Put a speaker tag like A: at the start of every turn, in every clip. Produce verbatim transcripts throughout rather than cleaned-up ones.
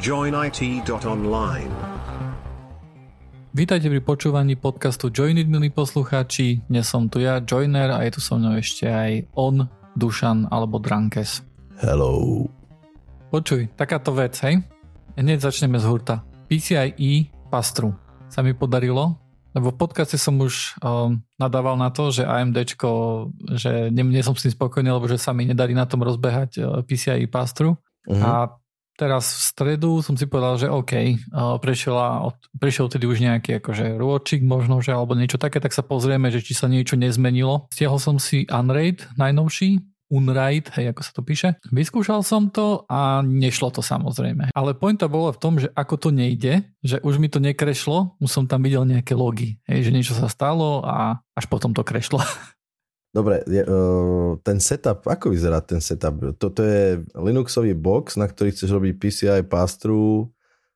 A: join I T dot online.
B: Vítajte pri počúvaní podcastu Join It, milí poslucháči. Dnes som tu ja, Joiner, a je tu so mnou ešte aj on, Dušan alebo Drankes.
C: Hello.
B: Počuj, takáto vec, hej? Hneď začneme z hurta. P C I E Pastru sa mi podarilo, lebo v podcaste som už um, nadával na to, že AMDčko, že nie, nie som s tým spokojný, lebo že sa mi nedarí na tom rozbehať uh, P C I E Pastru. Uh-huh. A teraz v stredu som si povedal, že OK, uh, prešiel, prešiel tedy už nejaký akože rôčik možno, že alebo niečo také, tak sa pozrieme, že či sa niečo nezmenilo. Stiahol som si Unraid najnovší, Unraid, hej, ako sa to píše. Vyskúšal som to a nešlo to samozrejme. Ale pointa bola v tom, že ako to nejde, že už mi to nekrešlo, už som tam videl nejaké logy, hej, že niečo sa stalo a až potom to krešlo.
C: Dobre, ten setup, ako vyzerá ten setup? Toto je Linuxový box, na ktorý chceš robiť P C I Pastru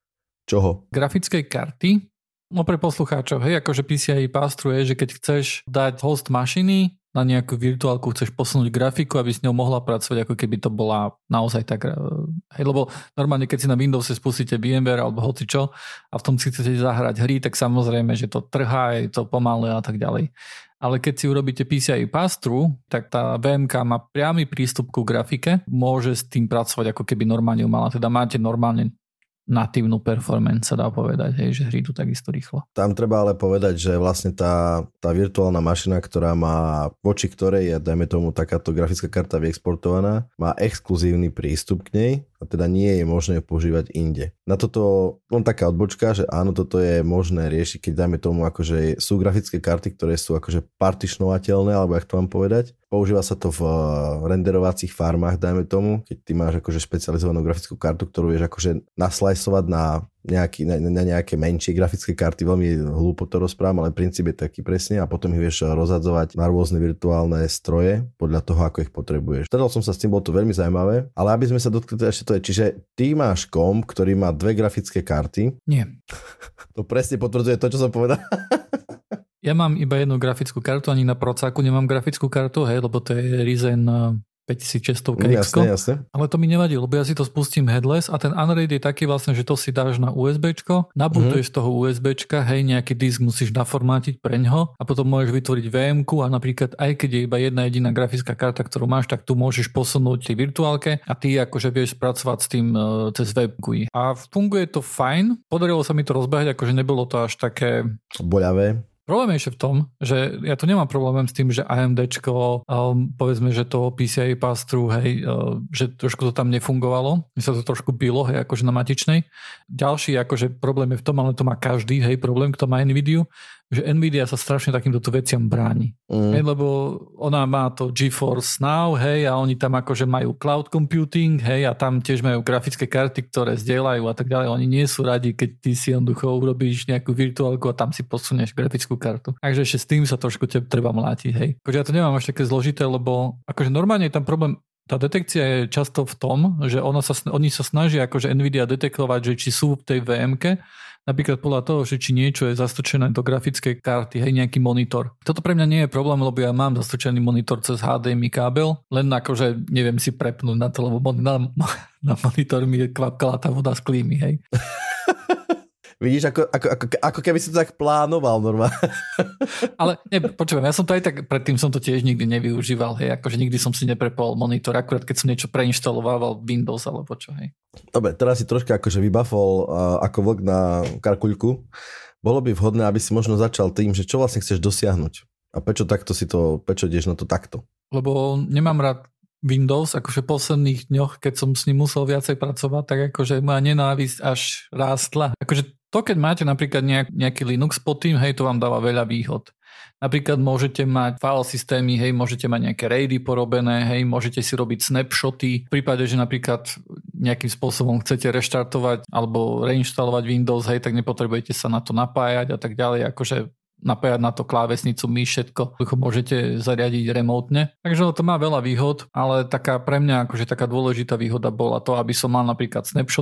C: čoho?
B: Grafickej karty. No pre poslucháčov, hej, akože P C I Pastru je, že keď chceš dať host mašiny na nejakú virtuálku, chceš posunúť grafiku, aby s ňou mohla pracovať, ako keby to bola naozaj tak, hej, lebo normálne keď si na Windowse spustíte VMware alebo hocičo a v tom si chcete zahrať hry, tak samozrejme, že to trhá, je to pomalé a tak ďalej. Ale keď si urobíte P C I Pastru, tak tá vé em ká má priamy prístup ku grafike, môže s tým pracovať, ako keby normálne ju mala. Teda máte normálne natívnu performance, sa dá povedať, hej, že hry tu takisto rýchlo.
C: Tam treba ale povedať, že vlastne tá, tá virtuálna mašina, ktorá má, voči ktorej je, dajme tomu, takáto grafická karta vyexportovaná, má exkluzívny prístup k nej a teda nie je možné používať inde. Na toto len taká odbočka, že áno, toto je možné riešiť, keď dajme tomu, akože sú grafické karty, ktoré sú akože partišnovateľné, alebo jak to mám povedať. Používa sa to v renderovacích farmách, dajme tomu, keď ty máš akože špecializovanú grafickú kartu, ktorú vieš akože naslajsovať na, nejaký, na, na nejaké menšie grafické karty. Veľmi hlúpo to rozprávam, ale princíp je taký presne a potom ich vieš rozhadzovať na rôzne virtuálne stroje podľa toho, ako ich potrebuješ. Stretol som sa s tým, bolo to veľmi zaujímavé, ale aby sme sa dotkli ešte to je, čiže ty máš komp, ktorý má dve grafické karty.
B: Nie.
C: To presne potvrdzuje to, čo som povedal.
B: Ja mám iba jednu grafickú kartu, ani na procáku nemám grafickú kartu, hej, lebo to je Ryzen päťtisícšesť X.
C: Jasne, jasne.
B: Ale to mi nevadí, lebo ja si to spustím headless a ten Unraid je taký vlastne, že to si dáš na USBčko, nabutuješ mm-hmm. z toho USBčka, hej, nejaký disk musíš naformátiť preňho a potom môžeš vytvoriť vé emku a napríklad aj keď je iba jedna jediná grafická karta, ktorú máš, tak tu môžeš posunúť tej virtuálke a ty akože vieš spracovať s tým uh, cez webku. A funguje to fajn, podarilo sa mi to rozbehať, akože nebolo to až také
C: boľavé.
B: Problém je ešte v tom, že ja tu nemám problém s tým, že AMDčko, um, povedzme, že to P C I Pastru, hej, uh, že trošku to tam nefungovalo, že sa to trošku bylo, hej, akože na matičnej. Ďalší akože problém je v tom, ale to má každý, hej, problém, kto má Nvidiu, že Nvidia sa strašne takýmto veciam bráni. Mm. Hej, lebo ona má to GeForce Now, hej, a oni tam akože majú cloud computing, hej, a tam tiež majú grafické karty, ktoré zdieľajú a tak ďalej. Oni nie sú radi, keď ty si jednoducho urobíš nejakú virtuálku a tam si posunieš grafickú kartu. Takže ešte s tým sa trošku te treba mlátiť, hej. Akože ja to nemám až také zložité, lebo akože normálne je tam problém. Tá detekcia je často v tom, že ona sa, oni sa snažia akože Nvidia detekovať, že či sú v tej vé emke, napríklad podľa toho, že či niečo je zastrčené do grafickej karty, hej, nejaký monitor. Toto pre mňa nie je problém, lebo ja mám zastrčený monitor cez há dé em í kábel, len akože neviem si prepnúť na to, lebo na, na monitor mi kvapkala tá voda z klímy, hej.
C: Vidíš, ako, ako, ako, ako keby si to tak plánoval normálne.
B: Ale ne, počúvam, ja som to aj tak, predtým som to tiež nikdy nevyužíval, hej, akože nikdy som si neprepol monitor, akurát keď som niečo preinštalovával Windows alebo čo, hej.
C: Dobre, teraz si troška akože vybafol uh, ako vlk na karkuľku. Bolo by vhodné, aby si možno začal tým, že čo vlastne chceš dosiahnuť a prečo takto si to, prečo ideš na to takto? Lebo
B: nemám rád Windows, akože v posledných dňoch, keď som s ním musel viacej pracovať, tak akože moja nenávisť až rástla. Akože to, keď máte napríklad nejak, nejaký Linux pod tým, hej, to vám dáva veľa výhod. Napríklad môžete mať file systémy, hej, môžete mať nejaké raidy porobené, hej, môžete si robiť snapshoty. V prípade, že napríklad nejakým spôsobom chcete reštartovať alebo reinštalovať Windows, hej, tak nepotrebujete sa na to napájať a tak ďalej, akože napájať na to klávesnicu, myš, všetko môžete zariadiť remotne. Takže to má veľa výhod, ale taká pre mňa akože taká dôležitá výhoda bola to, aby som mal napríklad snapshoty,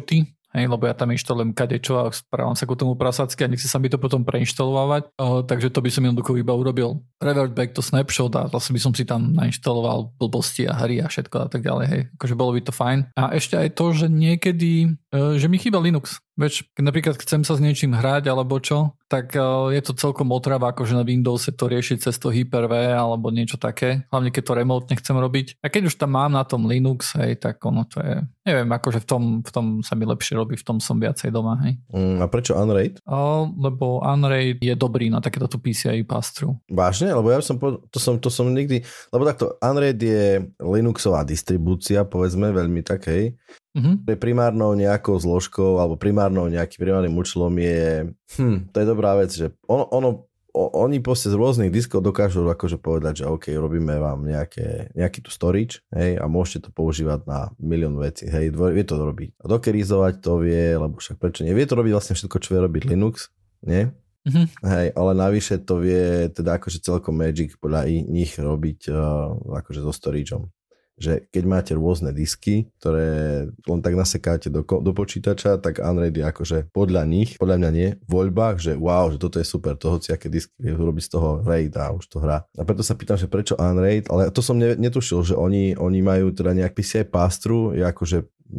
B: hej, lebo ja tam inštalujem kadečo a správam sa ku tomu prasacky a nechci sa mi to potom preinštalovať, uh, takže to by som jednoducho iba urobil revert back to snapshot a vlastne by som si tam nainštaloval blbosti a hry a všetko a tak ďalej, hej, akože bolo by to fajn. A ešte aj to, že niekedy, uh, že mi chýba Linux. Veď, keď napríklad chcem sa s niečím hrať alebo čo, tak uh, je to celkom otrava, akože na Windowse to riešiť cez to Hyper-V alebo niečo také, hlavne keď to remotne chcem robiť. A keď už tam mám na tom Linux, hej, tak ono to je, neviem, akože v tom, v tom sa mi lepšie robí, v tom som viacej doma, hej.
C: Mm, a prečo Unraid?
B: Uh, lebo Unraid je dobrý na takéto P C I pass-through.
C: Vážne? Lebo ja som, to som, to som nikdy, lebo takto, Unraid je Linuxová distribúcia, povedzme, veľmi tak, hej. Uh-huh. Primárnou nejakou zložkou alebo primárnou nejakým primárnym účelom je, hm, to je dobrá vec, že ono, ono o, oni proste z rôznych diskov dokážu akože povedať, že OK, robíme vám nejaké, nejaký tu storage, hej, a môžete to používať na milión vecí, hej, vie to robiť. A dockerizovať to vie, lebo však prečo nie? Vie to robiť vlastne všetko, čo vie robiť Linux, nie? Uh-huh. Hej, ale navyše to vie teda akože celkom Magic podľa nich robiť uh, akože so storageom. Že keď máte rôzne disky, ktoré len tak nasekáte do, do počítača, tak Unraid je akože podľa nich, podľa mňa nie, v voľbách, že wow, že toto je super, to hociaké disky vie robiť z toho RAID a už to hrá. A preto sa pýtam, že prečo Unraid, ale to som netušil, že oni, oni majú teda nejak P C I pass-through, je akože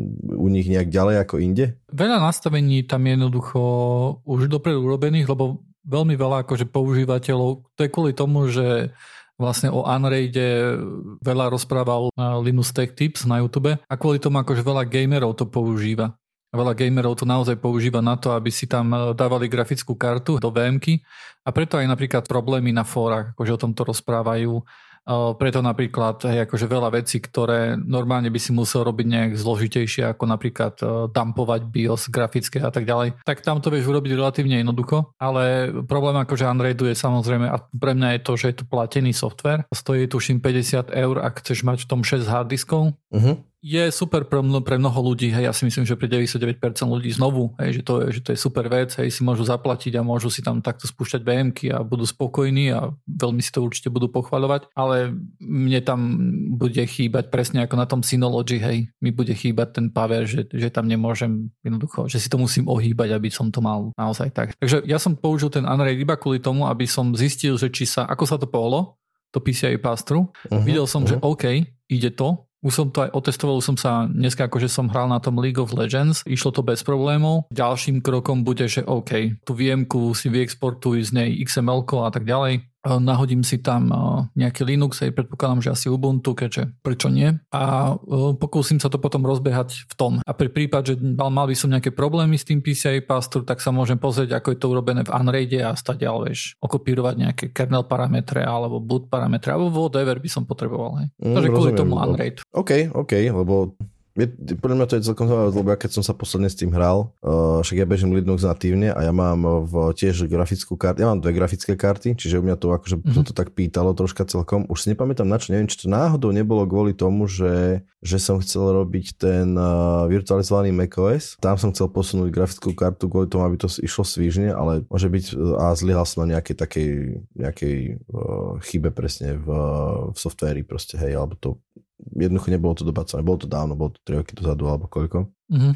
C: u nich nejak ďalej ako inde? Veľa
B: nastavení tam je jednoducho už dopredu urobených, lebo veľmi veľa akože používateľov, to je kvôli tomu, že vlastne o Unraide veľa rozprával Linus Tech Tips na YouTube a kvôli tomu akože veľa gamerov to používa. Veľa gamerov to naozaj používa na to, aby si tam dávali grafickú kartu do vé emky a preto aj napríklad problémy na fórach, akože o tomto rozprávajú. Preto napríklad hej, akože veľa vecí, ktoré normálne by si musel robiť nejak zložitejšie, ako napríklad dumpovať BIOS grafické a tak ďalej, tak tam to vieš urobiť relatívne jednoducho, ale problém akože Unraidu je samozrejme, a pre mňa je to, že je to platený software, stojí tuším päťdesiat eur, ak chceš mať v tom šesť harddiskov. Uh-huh. Je super pre, mno, pre mnoho ľudí, hej, ja si myslím, že pre deväťdesiatdeväť percent ľudí znovu, hej, že, to je, že to je super vec, hej, si môžu zaplatiť a môžu si tam takto spúšťať vé emky a budú spokojní a veľmi si to určite budú pochvaľovať, ale mne tam bude chýbať presne ako na tom Synology, hej, mi bude chýbať ten power, že, že tam nemôžem jednoducho, že si to musím ohýbať, aby som to mal naozaj tak. Takže ja som použil ten Unraid iba kvôli tomu, aby som zistil, že či sa, ako sa to pohlo, to P C I pass-through, uh-huh, videl som, uh-huh. že OK, ide to. Už som to aj otestoval, už som sa dneska akože som hral na tom League of Legends, išlo to bez problémov. Ďalším krokom bude, že OK, tú výjemku si vyexportuj z nej iks em elko a tak ďalej. Nahodím si tam nejaký Linux, aj predpokladám, že asi Ubuntu, keďže prečo nie. A pokúsim sa to potom rozbehať v tom. A pri prípade, že mal, mal by som nejaké problémy s tým P C I pass-through, tak sa môžem pozrieť, ako je to urobené v Unraide a stať ďalej, vieš, okopírovať nejaké kernel parametre alebo boot parametre, alebo whatever by som potreboval. Hej. Mm, Takže kvôli tomu Unraid.
C: OK, OK, lebo Je, podľa mňa to je celkom zaujímavé, lebo ja keď som sa posledne s tým hral, uh, však ja bežím Linux natívne a ja mám v, tiež grafickú kartu, ja mám dve grafické karty, čiže u mňa to akože mm-hmm. to tak pýtalo troška celkom. Už si nepamätám na čo, neviem, či to náhodou nebolo kvôli tomu, že, že som chcel robiť ten uh, virtualizovaný macOS. Tam som chcel posunúť grafickú kartu kvôli tomu, aby to išlo svížne, ale môže byť a zlyhal som na nejakej takej nejakej uh, chybe presne v, v softvéri proste, hej, alebo to jednoducho nebolo to dopracované, bolo to dávno, bolo to tri roky dozadu alebo koľko. Mm-hmm.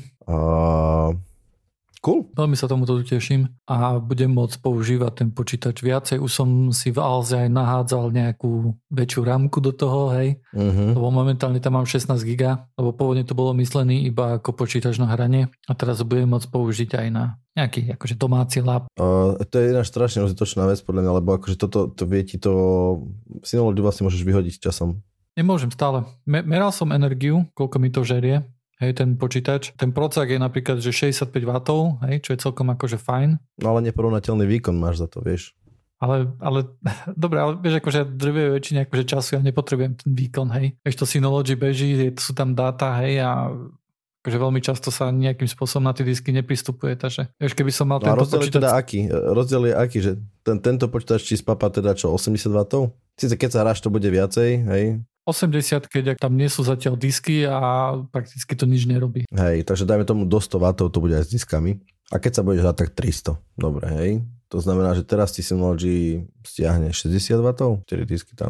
C: Uh, cool.
B: Veľmi sa tomuto teším a budem môcť používať ten počítač viacej. Už som si v Alze aj nahádzal nejakú väčšiu rámku do toho, hej. Mm-hmm. Lebo momentálne tam mám šestnásť giga, lebo pôvodne to bolo myslený iba ako počítač na hranie a teraz budem môcť použiť aj na nejaký akože domáci lab.
C: Uh, to je jedna strašne užitočná vec podľa mňa, lebo akože toto to vie ti to Synology vlastne môžeš vyhodiť časom.
B: Nemôžem stále. Meral som energiu, koľko mi to žerie, hej, ten počítač. Ten procák je napríklad, že šesťdesiatpäť wattov, hej, čo je celkom akože fajn.
C: No ale neporovnateľný výkon máš za to, vieš.
B: Ale, ale, dobre, ale vieš, akože drvie väčšine akože času ja nepotrebujem ten výkon, hej. Vieš, to Synology beží, sú tam dáta, hej, a akože veľmi často sa nejakým spôsobom na tie disky nepristupuje, takže vieš, keby som mal
C: no
B: tento
C: rozdiel
B: počítač...
C: Teda aký? Rozdiel je aký, že ten, tento počítač ti spapa teda čo, osemdesiat wattov? Sice keď sa hráš, to bude viacej, hej.
B: osemdesiat, keď tam nie sú zatiaľ disky a prakticky to nič nerobí.
C: Hej, takže dajme tomu do sto wattov to bude aj s diskami. A keď sa budeš hrať, tak tristo. Dobre, hej. To znamená, že teraz ti Synology stiahne šesťdesiat wattov, štyri disky tam sú.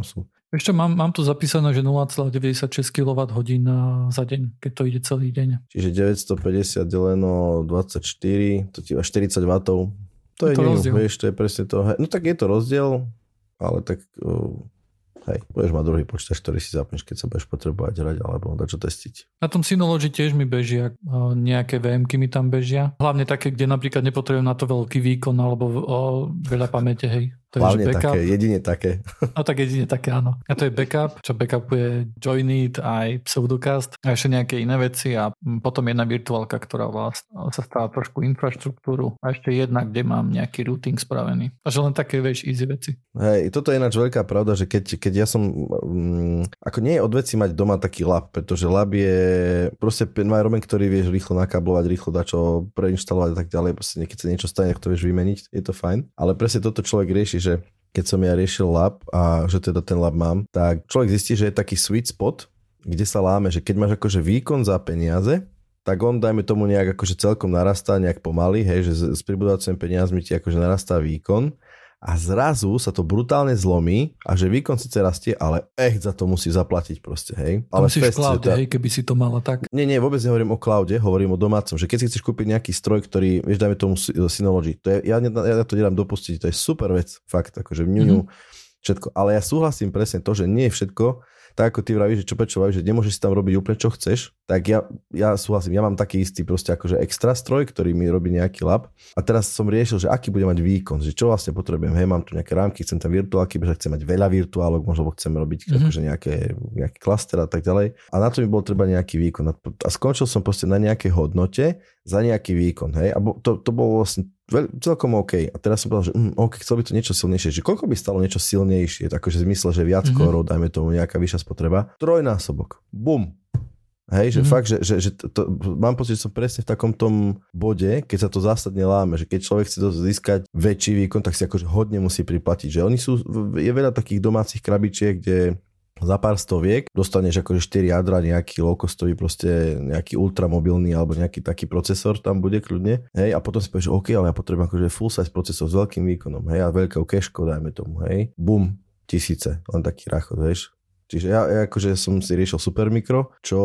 B: Ešte mám, mám tu zapísané, že nula celá deväťdesiatšesť kilowatthodín za deň, keď to ide celý deň.
C: Čiže deväťstopäťdesiat deleno dvadsaťštyri, to ti štyridsať wattov. To je, je to rozdiel. Vieš, to je presne to. No tak je to rozdiel, ale tak uh, hej, budeš mať druhý počítač, ktorý si zapneš, keď sa budeš potrebovať hrať alebo dať čo testiť.
B: Na tom Synology tiež mi bežia uh, nejaké vé emky mi tam bežia. Hlavne také, kde napríklad nepotrebujem na to veľký výkon alebo uh, veľa pamäte, hej.
C: Hlavne také, jedine také.
B: No tak jedine také, áno. A to je backup, čo backupuje Joinit, aj Pseudocast a ešte nejaké iné veci a potom jedna virtuálka, ktorá vlastne sa stáva trošku infraštruktúru a ešte jedna, kde mám nejaký routing spravený. Takže len také, vieš, easy veci.
C: Hej, toto je ináč veľká pravda, že keď, keď ja som, um, ako nie je od veci mať doma taký lab, pretože lab je proste environment, ktorý vieš rýchlo nakablovať, rýchlo dať čo preinštalovať a tak ďalej, proste keď sa niečo stane, to vieš vymeniť, je to fajn. Ale presne toto človek rieši, že keď som ja riešil lab a že teda ten lab mám, tak človek zistí, že je taký sweet spot, kde sa láme, že keď máš akože výkon za peniaze, tak on dajme tomu nejak akože celkom narastá, nejak pomaly, hej, že s pribudovacími peniazmi ti akože narastá výkon a zrazu sa to brutálne zlomí a že výkon síce rastie, ale echt za to musí zaplatiť proste, hej. Ale
B: musíš v cloude, hej, keby si to mala tak.
C: Nie, nie, vôbec nehovorím o cloude, hovorím o domácom, že keď si chceš kúpiť nejaký stroj, ktorý, vieš, dajme tomu Synology, to je, ja, ja to nedám dopustiť, to je super vec, fakt, akože v ňuňu, mm-hmm. všetko, ale ja súhlasím presne to, že nie je všetko, tak ako ty vravíš, že čo prečo vravíš, že nemôžeš si tam robiť úplne čo chceš, tak ja, ja súhlasím, ja mám taký istý proste akože extra stroj, ktorý mi robí nejaký lab a teraz som riešil, že aký bude mať výkon, že čo vlastne potrebujem, hej, mám tu nejaké rámky, chcem tam virtuálky, že chcem mať veľa virtuálok, možno chcem robiť mm-hmm. akože nejaké, nejaký klaster a tak ďalej a na to mi bol treba nejaký výkon a skončil som proste na nejakej hodnote za nejaký výkon, hej, a to, to bolo vlastne veľ, celkom OK. A teraz som povedal, že mm, OK, chcel by to niečo silnejšie. Že koľko by stalo niečo silnejšie? Takže v zmysle, že viac mm-hmm. korov, dajme tomu nejaká vyššia spotreba. Trojnásobok. Bum. Hej, že mm-hmm. fakt, že, že, že to, to, mám pocit, že som presne v takom tom bode, keď sa to zásadne láme, že keď človek chce získať väčší výkon, tak si akože hodne musí priplatiť. Že oni sú, je veľa takých domácich krabičiek, kde za pár stoviek dostaneš akože štyri jadra, nejaký low-costový proste nejaký ultramobilný alebo nejaký taký procesor tam bude kľudne, hej, a potom si povieš, že OK, ale ja potrebujem akože full size procesor s veľkým výkonom, hej, a veľkou cache-ko, dajme tomu, hej, bum, tisíce, len taký rachot, vieš. Čiže ja, ja akože som si riešil Supermicro, čo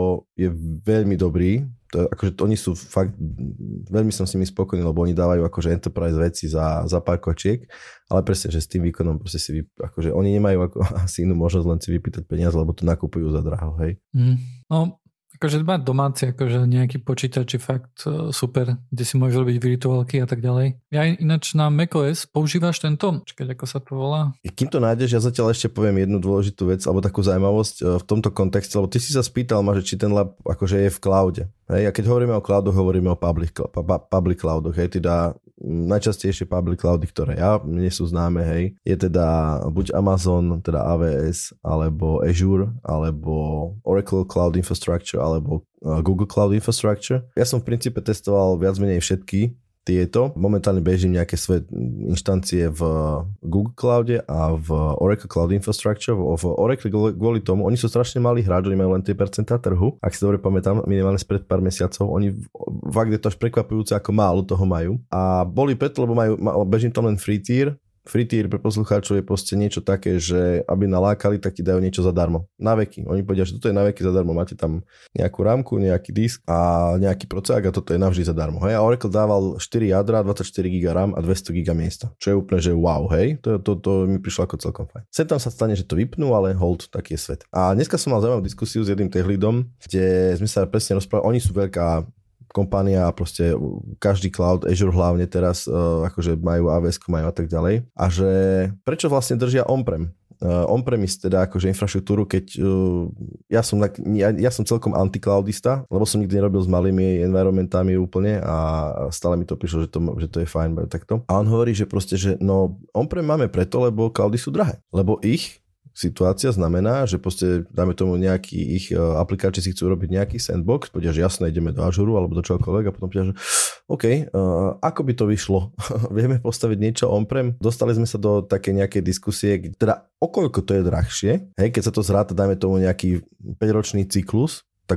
C: je veľmi dobrý. To, akože oni sú fakt, veľmi som s nimi spokojný, lebo oni dávajú akože enterprise veci za, za pár kočiek, ale presne, že s tým výkonom proste si, vy, akože oni nemajú ako, asi inú možnosť len si vypýtať peniaze, lebo to nakupujú za draho, hej. Mm.
B: No, akože mať domáci, akože nejaký počítač je fakt super, kde si môžeš robiť virtuálky a tak ďalej. Ja ináč na macOS používaš tento, čakaj, ako sa to volá?
C: Kým to nájdeš, ja zatiaľ ešte poviem jednu dôležitú vec, alebo takú zaujímavosť v tomto kontexte, lebo ty si sa spýtal ma, že či ten lab akože je v cloude. Hej, a keď hovoríme o cloudoch, hovoríme o public, public cloudoch, hej, teda najčastejšie public cloudy, ktoré ja, mne sú známe, hej, je teda buď Amazon, teda á vé es, alebo Azure, alebo Oracle Cloud Infrastructure, alebo Google Cloud Infrastructure. Ja som v princípe testoval viac menej všetky tieto. Momentálne bežím nejaké svoje inštancie v Google Cloude a v Oracle Cloud Infrastructure. V Oracle kvôli tomu, oni sú strašne malí hráči, oni majú len tri percentá trhu. Ak si dobre pamätám, minimálne spred pár mesiacov, oni fakt je to až prekvapujúce, ako málo toho majú. A boli preto, lebo majú, bežím tam len free tier. Free tier pre poslucháčov je proste niečo také, že aby nalákali, tak ti dajú niečo zadarmo. Na veky. Oni povedia, že toto je na veky zadarmo. Máte tam nejakú rámku, nejaký disk a nejaký procák a toto je navždy zadarmo. Hej? A Oracle dával štyri jadra, dvadsaťštyri giga RAM a dvesto giga miesta. Čo je úplne, že wow, hej. To, to, to mi prišlo ako celkom fajn. Sem tam sa stane, že to vypnú, ale hold, taký je svet. A dneska som mal zaujímavú diskusiu s jedným tech leadom, kde sme sa presne rozprávali. Oni sú veľká kompánia a proste každý cloud, Azure hlavne teraz, uh, akože majú á vé es, majú a tak ďalej. A že prečo vlastne držia on-prem? Uh, on-premise teda akože infraštruktúru, keď uh, ja, som, ja, ja som celkom anti-cloudista, lebo som nikdy nerobil s malými environmentami úplne a stále mi to prišlo, že to, že to je fajn takto. A on hovorí, že proste, že no on-prem máme preto, lebo cloudy sú drahé. Lebo ich situácia znamená, že proste dáme tomu nejaký ich aplikáči si chcú robiť nejaký sandbox, povedia, že jasné, ideme do Azure alebo do čokoľvek a potom povedia, že OK, uh, ako by to vyšlo? Vieme postaviť niečo on-prem? Dostali sme sa do také nejakej diskusie, teda okoľko to je drahšie, hej, keď sa to zráta, dajme tomu nejaký päťročný cyklus, tak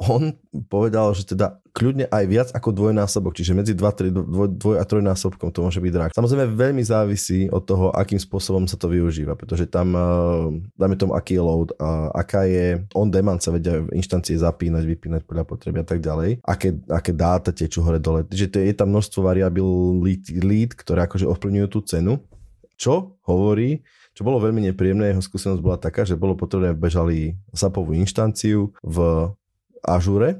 C: on povedal, že teda kľudne aj viac ako dvojnásobok, čiže medzi dva, tri, dvoj, dvoj a trojnásobkom to môže byť drahé. Samozrejme veľmi závisí od toho, akým spôsobom sa to využíva, pretože tam dáme tomu, aký je load, aká je on-demand, sa vedia v inštancie zapínať, vypínať podľa potreby a tak ďalej, aké, aké dáta tečú hore dole. Čiže to je tam množstvo variabil lead, lead, ktoré akože ovplyvňujú tú cenu, čo hovorí, čo bolo veľmi nepríjemné, jeho skúsenosť bola taká, že bolo potrebné bežali sapovú inštanciu v Azure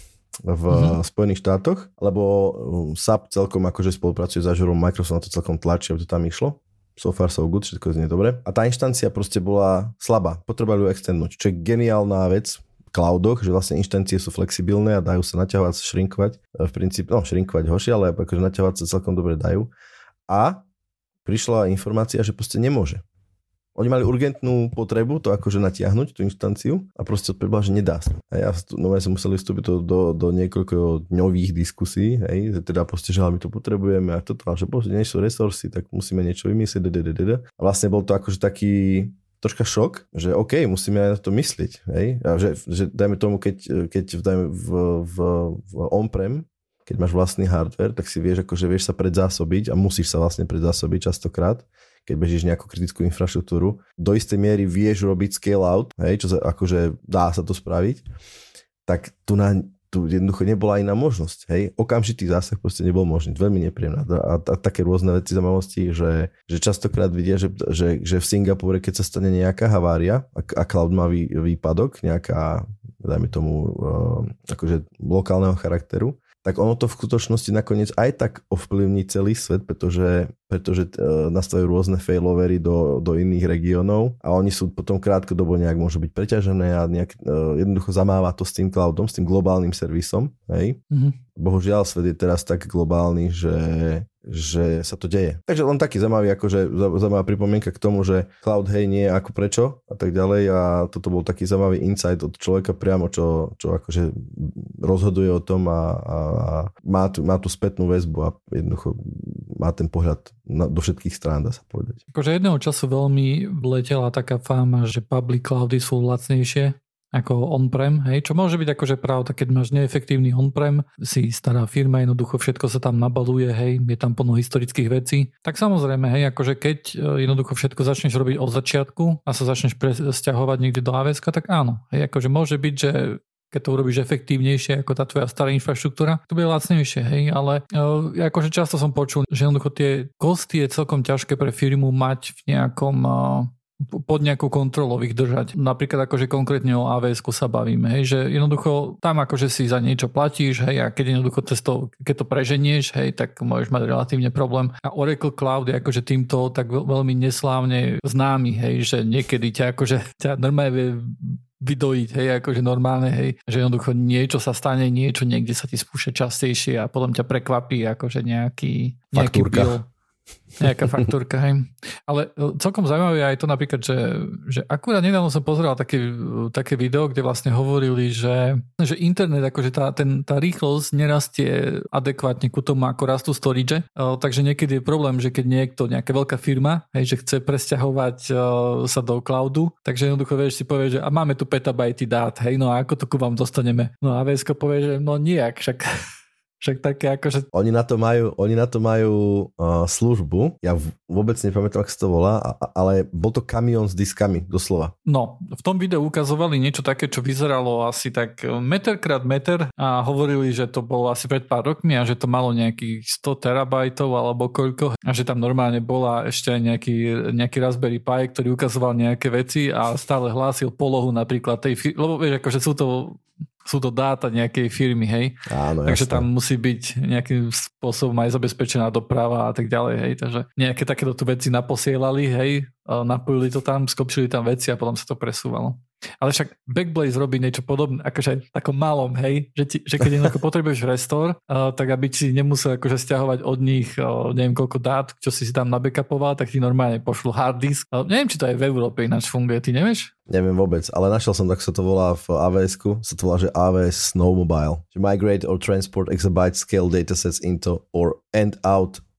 C: v mm-hmm. Spojených štátoch, lebo es á pé celkom akože spolupracuje s Azureom, Microsoft na to celkom tlačí, aby to tam išlo. So far so good, všetko znie dobre. A tá inštancia proste bola slabá, potrebovali ju extendnúť, čo je geniálna vec v cloudoch, že vlastne inštancie sú flexibilné a dajú sa naťahovať, šrinkovať, v princípe, no šrinkovať hoši, ale akože naťahovať sa celkom dobre dajú. A prišla informácia, že proste nemôže. Oni mali urgentnú potrebu to akože natiahnuť, tú inštanciu a proste odpovedala, že nedá sa. A ja no, sme museli vstúpiť do, do, do niekoľko dňových diskusí, hej, že teda proste, že my to potrebujeme a toto, ale že proste nie sú resursy, tak musíme niečo vymyslieť. A vlastne bol to akože taký troška šok, že OK, musíme aj na to myslieť, hej, a že, že dajme tomu, keď, keď dajme v, v, v on-prem, keď máš vlastný hardware, tak si vieš, akože vieš sa predzásobiť a musíš sa vlastne predzásobiť častokrát, keď bežíš nejakú kritickú infraštruktúru. Do istej miery vieš robiť scale out, hej, čo sa, akože dá sa to spraviť, tak tu, na, tu jednoducho nebola iná možnosť. Hej. Okamžitý zásah proste nebol možný. Veľmi nepríjemná. A, a, a také rôzne veci zaujímavosti, že, že častokrát vidia, že, že, že v Singapúre, keď sa stane nejaká havária a, a cloud má vý, výpadok, nejaká, dajme tomu, uh, akože lokálneho charakteru, tak ono to v skutočnosti nakoniec aj tak ovplyvní celý svet, pretože, pretože e, nastavujú rôzne failovery do, do iných regiónov a oni sú potom krátkodobo nejak môžu byť preťažené a nejak, e, jednoducho zamáva to s tým cloudom, s tým globálnym servisom. Hej? Mm-hmm. Bohužiaľ svet je teraz tak globálny, že že sa to deje. Takže len taký zaujímavý, akože zaujímavá pripomienka k tomu, že cloud hej nie je ako prečo a tak ďalej a toto bol taký zaujímavý insight od človeka priamo, čo, čo akože rozhoduje o tom a, a, a má, tu, má tú spätnú väzbu a jednoducho má ten pohľad na, do všetkých strán, dá sa povedať.
B: Akože jedného času veľmi letela taká fáma, že public cloudy sú lacnejšie ako on-prem, hej, čo môže byť akože pravda, keď máš neefektívny on-prem, si stará firma, jednoducho všetko sa tam nabaluje, hej, je tam plno historických vecí, tak samozrejme, hej, akože keď jednoducho všetko začneš robiť od začiatku a sa začneš presťahovať niekde do á vé eska, tak áno, hej, akože môže byť, že keď to urobíš efektívnejšie ako tá tvoja stará infraštruktúra, to bude lacnejšie, hej, ale uh, akože často som počul, že jednoducho tie kosty je celkom ťažké pre firmu mať v nejakom uh, pod nejakú kontrolou ich držať. Napríklad akože konkrétne o á vé esku sa bavíme, hej, že jednoducho tam akože si za niečo platíš, hej, a keď jednoducho cesto, keď to preženieš, hej, tak môžeš mať relatívne problém. A Oracle Cloud je akože týmto tak veľmi neslávne známy, hej, že niekedy ťa akože ťa normálne vie vydojiť, hej, akože normálne, hej, že jednoducho niečo sa stane, niečo niekde sa ti spúša častejšie a potom ťa prekvapí akože nejaký, nejaký bill. Nejaká faktúrka, hej. Ale celkom zaujímavé je aj to napríklad, že, že akurát nedávno som pozeral také, také video, kde vlastne hovorili, že, že internet, akože tá, ten, tá rýchlosť nerastie adekvátne ku tomu, ako rastú storage. Takže niekedy je problém, že keď niekto, nejaká veľká firma, hej, že chce presťahovať sa do cloudu, takže jednoducho vieš si povie, že a máme tu petabajty dát, hej, no a ako to ku vám dostaneme? No a á vé eska povie, že no nijak, však Však také akože...
C: Oni na to majú, oni na to majú uh, službu, ja vôbec nepamätám, ako sa to volá, a, ale bol to kamión s diskami, doslova.
B: No, v tom videu ukazovali niečo také, čo vyzeralo asi tak meter krát meter a hovorili, že to bolo asi pred pár rokmi a že to malo nejakých sto terabajtov alebo koľko a že tam normálne bola ešte nejaký, nejaký Raspberry Pi, ktorý ukazoval nejaké veci a stále hlásil polohu napríklad tej firmy, lebo vieš, akože sú to sú to dáta nejakej firmy, hej.
C: Áno,
B: takže
C: jasné.
B: tam musí byť nejakým spôsobom aj zabezpečená doprava a tak ďalej, hej. Takže nejaké takéto tu veci naposielali, hej, napojili to tam, skopčili tam veci a potom sa to presúvalo. Ale však Backblaze robí niečo podobné, akože takom malom, hej, že, ti, že keď jednoducho potrebuješ restore, uh, tak aby si nemusel akože stiahovať od nich uh, neviem koľko dát, čo si si tam nabackupoval, tak ti normálne pošlu hard disk. Uh, neviem, či to aj v Európe ináč funguje, ty nevieš?
C: Neviem vôbec, ale našiel som, tak sa to volá v á vé esku, sa to volá, že á vé es Snowmobile. Migrate or transport exabyte scale datasets into or and out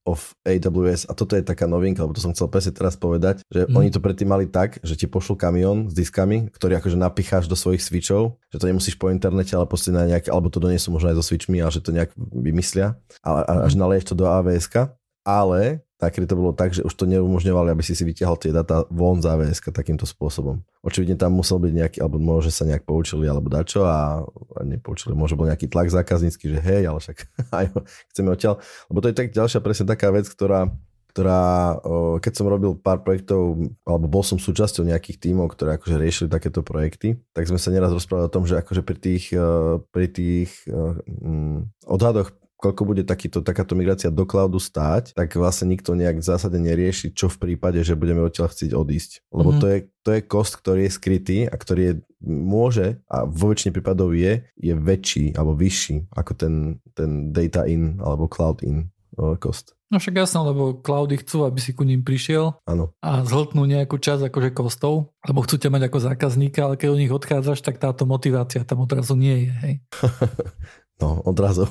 C: of á vé es, a toto je taká novinka, lebo to som chcel presne teraz povedať, že mm. oni to predtým mali tak, že ti pošlú kamión s diskami, ktorý akože napicháš do svojich switchov, že to nemusíš po internete, ale proste na nejaké, alebo to donesú možno aj so switchmi, ale že to nejak vymyslia, ale až naleješ to do á vé eska, ale tak to bolo tak, že už to neumožňovali, aby si si vytiahol tie data von z á vé eska takýmto spôsobom. Očividne tam musel byť nejaký, alebo môže sa nejak poučili, alebo dačo a, a nepoučili. Môže bol nejaký tlak zákaznícky, že hej, ale však aj chceme odtiaľ. Lebo to je tak ďalšia presne taká vec, ktorá, ktorá keď som robil pár projektov, alebo bol som súčasťou nejakých tímov, ktoré akože riešili takéto projekty, tak sme sa neraz rozprávali o tom, že akože pri tých, pri tých um, odhadoch, koľko bude takýto, takáto migrácia do cloudu stáť, tak vlastne nikto nejak v zásade nerieši, čo v prípade, že budeme odtiaľ chcieť odísť. Lebo mm-hmm. to je, to je cost, ktorý je skrytý a ktorý je, môže a vo väčšine prípadov je, je väčší alebo vyšší ako ten, ten data in alebo cloud in cost.
B: No však jasno, lebo cloudy chcú, aby si ku ním prišiel
C: ano.
B: A zhltnú nejakú časť akože kostov, lebo chcú ťa mať ako zákazníka, ale keď od nich odchádzaš, tak táto motivácia tam odrazu nie je, hej.
C: No, odrazu.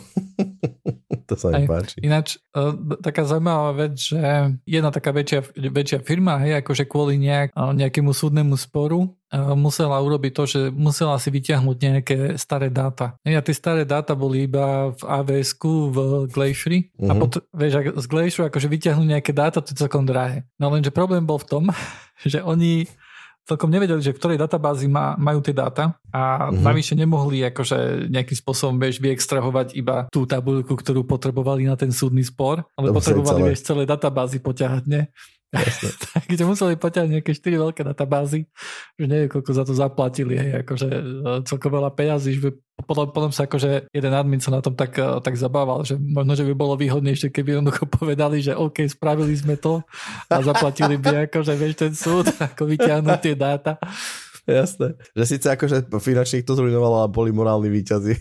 C: To sa mi páči.
B: Ináč, uh, taká zaujímavá vec, že jedna taká väčšia, väčšia firma, hej, akože kvôli nejak, uh, nejakému súdnemu sporu uh, musela urobiť to, že musela si vyťahnuť nejaké staré dáta. Hej, a tie staré dáta boli iba v á vé esku, v Glacieri. Uh-huh. A pot, vieš, z Glacieru akože vyťahnuť nejaké dáta, to je celkom drahé. No lenže problém bol v tom, že oni celkom nevedeli, že v ktorej databázi má, majú tie dáta a uh-huh. navyše nemohli akože nejakým spôsobom vieš, vyextrahovať iba tú tabuľku, ktorú potrebovali na ten súdny spor, ale to potrebovali vieš, celé databázy poťahať, ne? Takže museli poťahať nejaké štyri veľké databázy, že neviem, koľko za to zaplatili, hej, akože celkom veľa peňazí, že potom, potom sa akože jeden admin sa na tom tak, tak zabával, že možno, že by bolo výhodnejšie, keby jednoducho povedali, že OK, spravili sme to a zaplatili by akože vieš ten súd, ako vyťahnuť tie dáta.
C: Jasné, že síce akože finančne ich to zrujnovalo, ale boli morálni víťazi.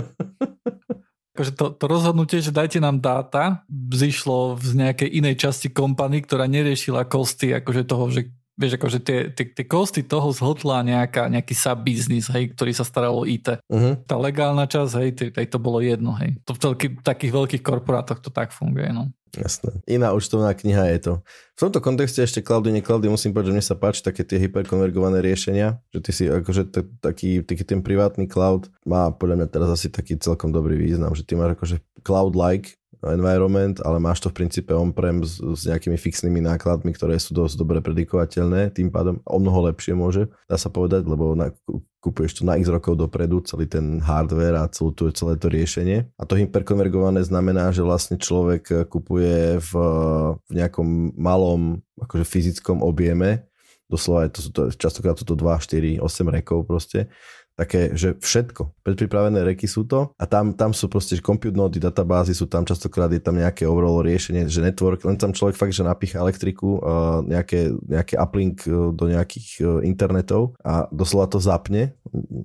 B: Akože to, to rozhodnutie, že dajte nám dáta, zišlo z nejakej inej časti kompany, ktorá neriešila kosty akože toho, že vieš, akože tie, tie, tie kosty toho zhltla nejaká, nejaký sub-biznis, hej, ktorý sa staral o í té. Uh-huh. Tá legálna časť, hej, tej to bolo jedno, hej. To v celky, takých veľkých korporátoch to tak funguje, no.
C: Jasné. Iná účtovná kniha je to. V tomto kontexte ešte cloudy, ne cloudy, musím povedať, že mne sa páči také tie hyperkonvergované riešenia, že ty si akože t- taký, taký ten privátny cloud má podľa mňa teraz asi taký celkom dobrý význam, že ty máš akože cloud-like environment, ale máš to v princípe on-prem s, s nejakými fixnými nákladmi, ktoré sú dosť dobre predikovateľné, tým pádom o mnoho lepšie môže, dá sa povedať, lebo na, kúpuješ to na x rokov dopredu, celý ten hardware a celú to, celé to riešenie. A to hyperkonvergované znamená, že vlastne človek kupuje v, v nejakom malom akože fyzickom objeme, doslova to sú to, častokrát sú to dva, štyri, osem rekov proste, také, že všetko, predpripravené reky sú to a tam, tam sú proste compute nody, databázy sú tam, častokrát je tam nejaké overall riešenie, že network, len tam človek fakt, že napícha elektriku, uh, nejaké, nejaké uplink uh, do nejakých uh, internetov a doslova to zapne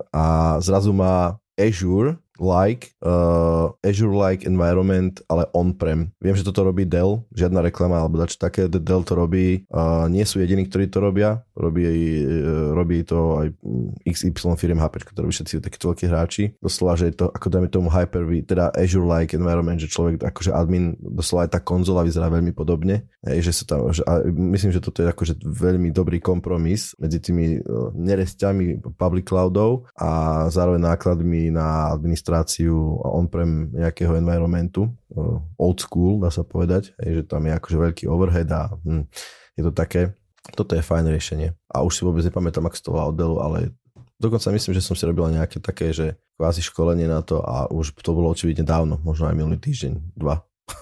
C: a zrazu má Azure like, uh, Azure-like environment, ale on-prem. Viem, že toto robí Dell, žiadna reklama alebo dačo také, Dell to robí, uh, nie sú jediní, ktorí to robia, robí, uh, robí to aj iks ypsilon firiem há pé, to robí všetci takíto veľkí hráči. Doslova, že je to, ako dajme tomu Hyper-V, teda Azure-like environment, že človek, akože admin, doslova aj tá konzola vyzerá veľmi podobne, hej, že sa tam, že, a myslím, že toto je akože veľmi dobrý kompromis medzi tými uh, neresťami public cloudov a zároveň nákladmi na administráciu on-prem nejakého environmentu, old school, dá sa povedať, že tam je akože veľký overhead a hm, je to také, toto je fajn riešenie. A už si vôbec nepamätám, ako to volá od Dellu, ale dokonca myslím, že som si robil nejaké také, že kvázi školenie na to a už to bolo očividne dávno, možno aj minulý týždeň, dva.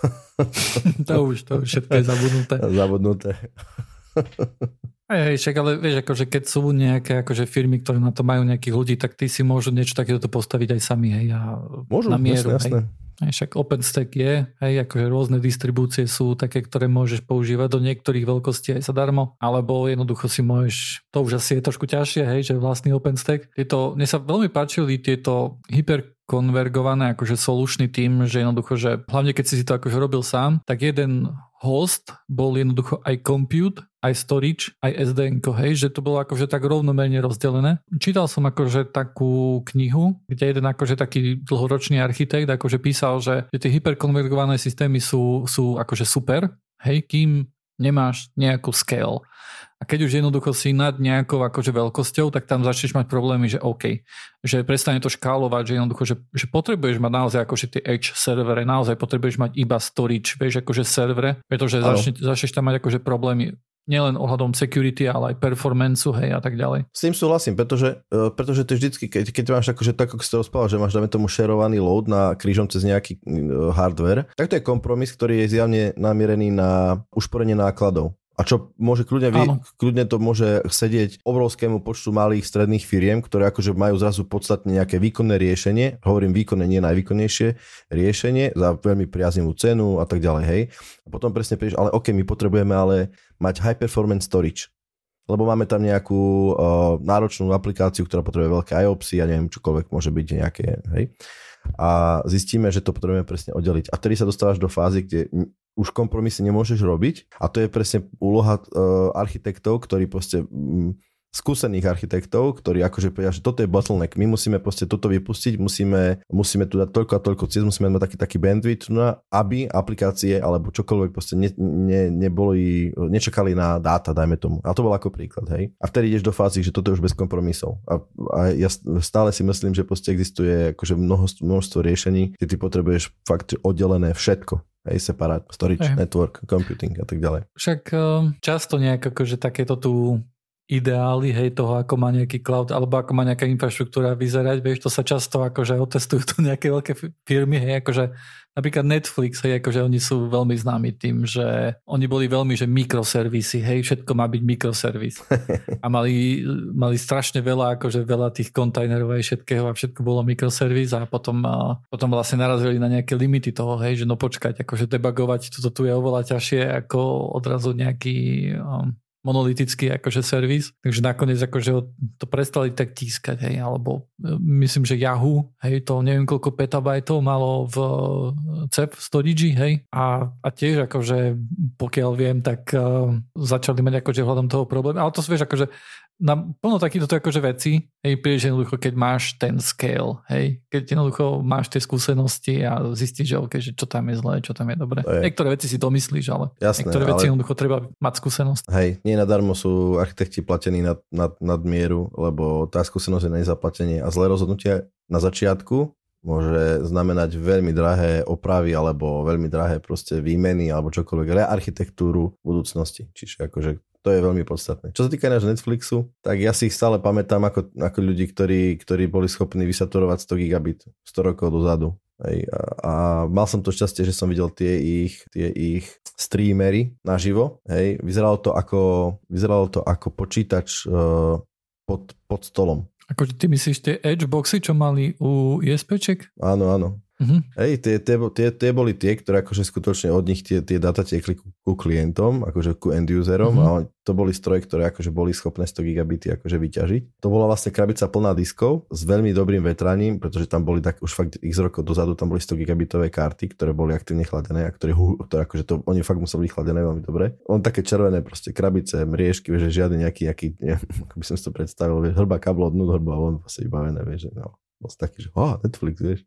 B: To už, to už všetko je zabudnuté.
C: Zabudnuté.
B: Hej, hej, však ale vieš, akože keď sú nejaké akože firmy, ktoré na to majú nejakých ľudí, tak tí si môžu niečo takéto postaviť aj sami, hej, a
C: môžu,
B: na mieru,
C: jasné, jasné.
B: Hej. Však OpenStack je, hej, akože rôzne distribúcie sú také, ktoré môžeš používať do niektorých veľkostí aj zadarmo, alebo jednoducho si môžeš, to už asi je trošku ťažšie, hej, že vlastný OpenStack. Tieto, mne sa veľmi páčili tieto hyper konvergované akože solučný tým, že jednoducho, že hlavne keď si si to akože robil sám, tak jeden host bol jednoducho aj compute, aj storage, aj es dé enko, hej, že to bolo akože tak rovnomerne rozdelené. Čítal som akože takú knihu, kde jeden akože taký dlhoročný architekt akože písal, že, že tie hyperkonvergované systémy sú, sú akože super, hej, kým nemáš nejakú scale. A keď už jednoducho si nad nejakou akože veľkosťou, tak tam začneš mať problémy, že OK, že prestane to škálovať, že jednoducho, že, že potrebuješ mať naozaj akože tie edge servere, naozaj potrebuješ mať iba storage, vieš, akože servere, pretože začne, začneš tam mať akože problémy nielen ohľadom security, ale aj performanceu, hej, a tak ďalej. S
C: tým súhlasím, pretože, pretože ty vždycky, keď, keď máš akože tak, ako si to rozprával, že máš dáme tomu šerovaný load na krížom cez nejaký hardware, tak to je kompromis, ktorý je zjavne namierený na ušporenie nákladov. A čo môže kľudne, vy, kľudne to môže sedieť obrovskému počtu malých stredných firiem, ktoré akože majú zrazu podstatne nejaké výkonné riešenie, hovorím výkonné, nie najvýkonnejšie riešenie za veľmi priaznivú cenu a tak ďalej, hej. A potom presne prídeš, ale ok, my potrebujeme ale mať high performance storage, lebo máme tam nejakú uh, náročnú aplikáciu, ktorá potrebuje veľké I O P S, ja neviem, čokoľvek môže byť nejaké, hej. A zistíme, že to potrebujeme presne oddeliť. A tedy sa dostávaš do fázy, kde už kompromisy nemôžeš robiť a to je presne úloha uh, architektov, ktorí proste um, skúsených architektov, ktorí akože povedia, že toto je bottleneck, my musíme proste toto vypustiť, musíme, musíme tu dať toľko a toľko ciest, musíme mať taký, taký bandwidth, no, aby aplikácie alebo čokoľvek proste ne, ne, neboli, nečakali na dáta, dajme tomu. A to bol ako príklad, hej. A vtedy ideš do fázy, že toto je už bez kompromisov. A, a ja stále si myslím, že proste existuje akože množstvo, množstvo riešení, kde ty potrebuješ fakt oddelené všetko. Hej, separát, storage, Aj. network, computing a tak ďalej.
B: Však často nejak akože takéto tu ideály, hej, toho, ako má nejaký cloud, alebo ako má nejaká infraštruktúra vyzerať, vieš, to sa často akože otestujú tu nejaké veľké firmy, hej, akože napríklad Netflix, hej, akože oni sú veľmi známi tým, že oni boli veľmi, že mikroservisy, hej, všetko má byť mikroservis. A mali, mali strašne veľa, akože veľa tých kontajnerov aj všetkého a všetko bolo mikroservis a potom, a potom vlastne narazili na nejaké limity toho, hej, že no počkať, akože debugovať, toto tu je oveľa ťažšie ako odrazu nejaký um, monolitický akože servis, takže nakoniec akože to prestali tak tískať, hej, alebo myslím, že Yahoo, hej, to neviem koľko petabajtov malo v cé e pé storage, hej, a, a tiež akože pokiaľ viem, tak uh, začali mať akože hľadom toho problém, ale to vieš akože na plno takýchto akože veci, hej, príliš jednoducho, keď máš ten scale, hej, keď jednoducho máš tie skúsenosti a zistíš, že, okay, že čo tam je zlé, čo tam je dobré. Je. Niektoré veci si domyslíš, ale Jasné, niektoré veci ale... jednoducho treba mať skúsenosť.
C: Hej, nie nadarmo sú architekti platení nad, nad, nad mieru, lebo tá skúsenosť je na nezaplatenie a zlé rozhodnutie na začiatku môže znamenať veľmi drahé opravy alebo veľmi drahé proste výmeny alebo čokoľvek, rearchitektúru v budúcnosti. Čiže akože to je veľmi podstatné. Čo sa týka nášho Netflixu, tak ja si ich stále pamätám ako, ako ľudí, ktorí, ktorí boli schopní vysaturovať sto gigabit sto rokov dozadu. Hej, a, a mal som to šťastie, že som videl tie ich, tie ich streamery naživo. Hej, vyzeralo to ako, vyzeralo to ako počítač uh, pod, pod stolom.
B: Ako ty myslíš tie edge boxy, čo mali u ISPček?
C: Áno, áno. Uh-huh. Hej, tie, tie, tie, tie boli tie, ktoré akože skutočne od nich tie, tie data tiekli ku, ku klientom, akože ku end userom uh-huh. a to boli stroje, ktoré akože boli schopné sto gigabity akože vyťažiť. To bola vlastne krabica plná diskov s veľmi dobrým vetraním, pretože tam boli tak už fakt x rokov dozadu, tam boli sto gigabitové karty, ktoré boli aktívne chladené a ktoré, ktoré akože to, oni fakt museli byť chladené veľmi dobre. On také červené proste krabice, mriežky, že žiadny nejaký, nejaký, neviem, ako by som si to predstavil, vieš, hrba káblo od hrba a on vlastne vybavené, vieš, že no. Bol taký, že oh, Netflix, vieš.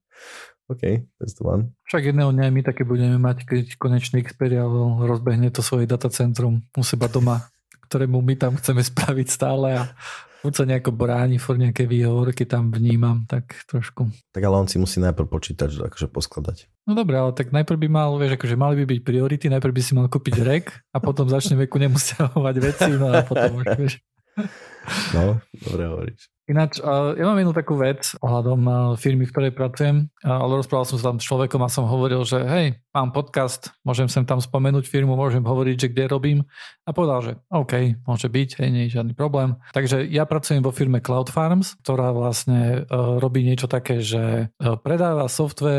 C: OK, that's the one.
B: Však jedného dňa my také budeme mať, keď konečný Xperial rozbehne to svoje datacentrum u seba doma, ktorému my tam chceme spraviť stále a už sa nejako bráni, for nejaké výhovorky tam vnímam, tak trošku.
C: Tak ale on si musí najprv počítať, akože poskladať.
B: No dobré, ale tak najprv by mal, vieš, akože mali by byť priority, najprv by si mal kúpiť rek a potom začneme ku nemu stiahovať veci, no a potom už, vieš.
C: No, dobre hovoríš.
B: Ináč, ja mám jednu takú vec ohľadom firmy, v ktorej pracujem, ale rozprával som sa tam s človekom a som hovoril, že hej, mám podcast, môžem sem tam spomenúť firmu, môžem hovoriť, že kde robím a povedal, že OK, môže byť, hej, nie je žiadny problém. Takže ja pracujem vo firme Cloud Farms, ktorá vlastne robí niečo také, že predáva software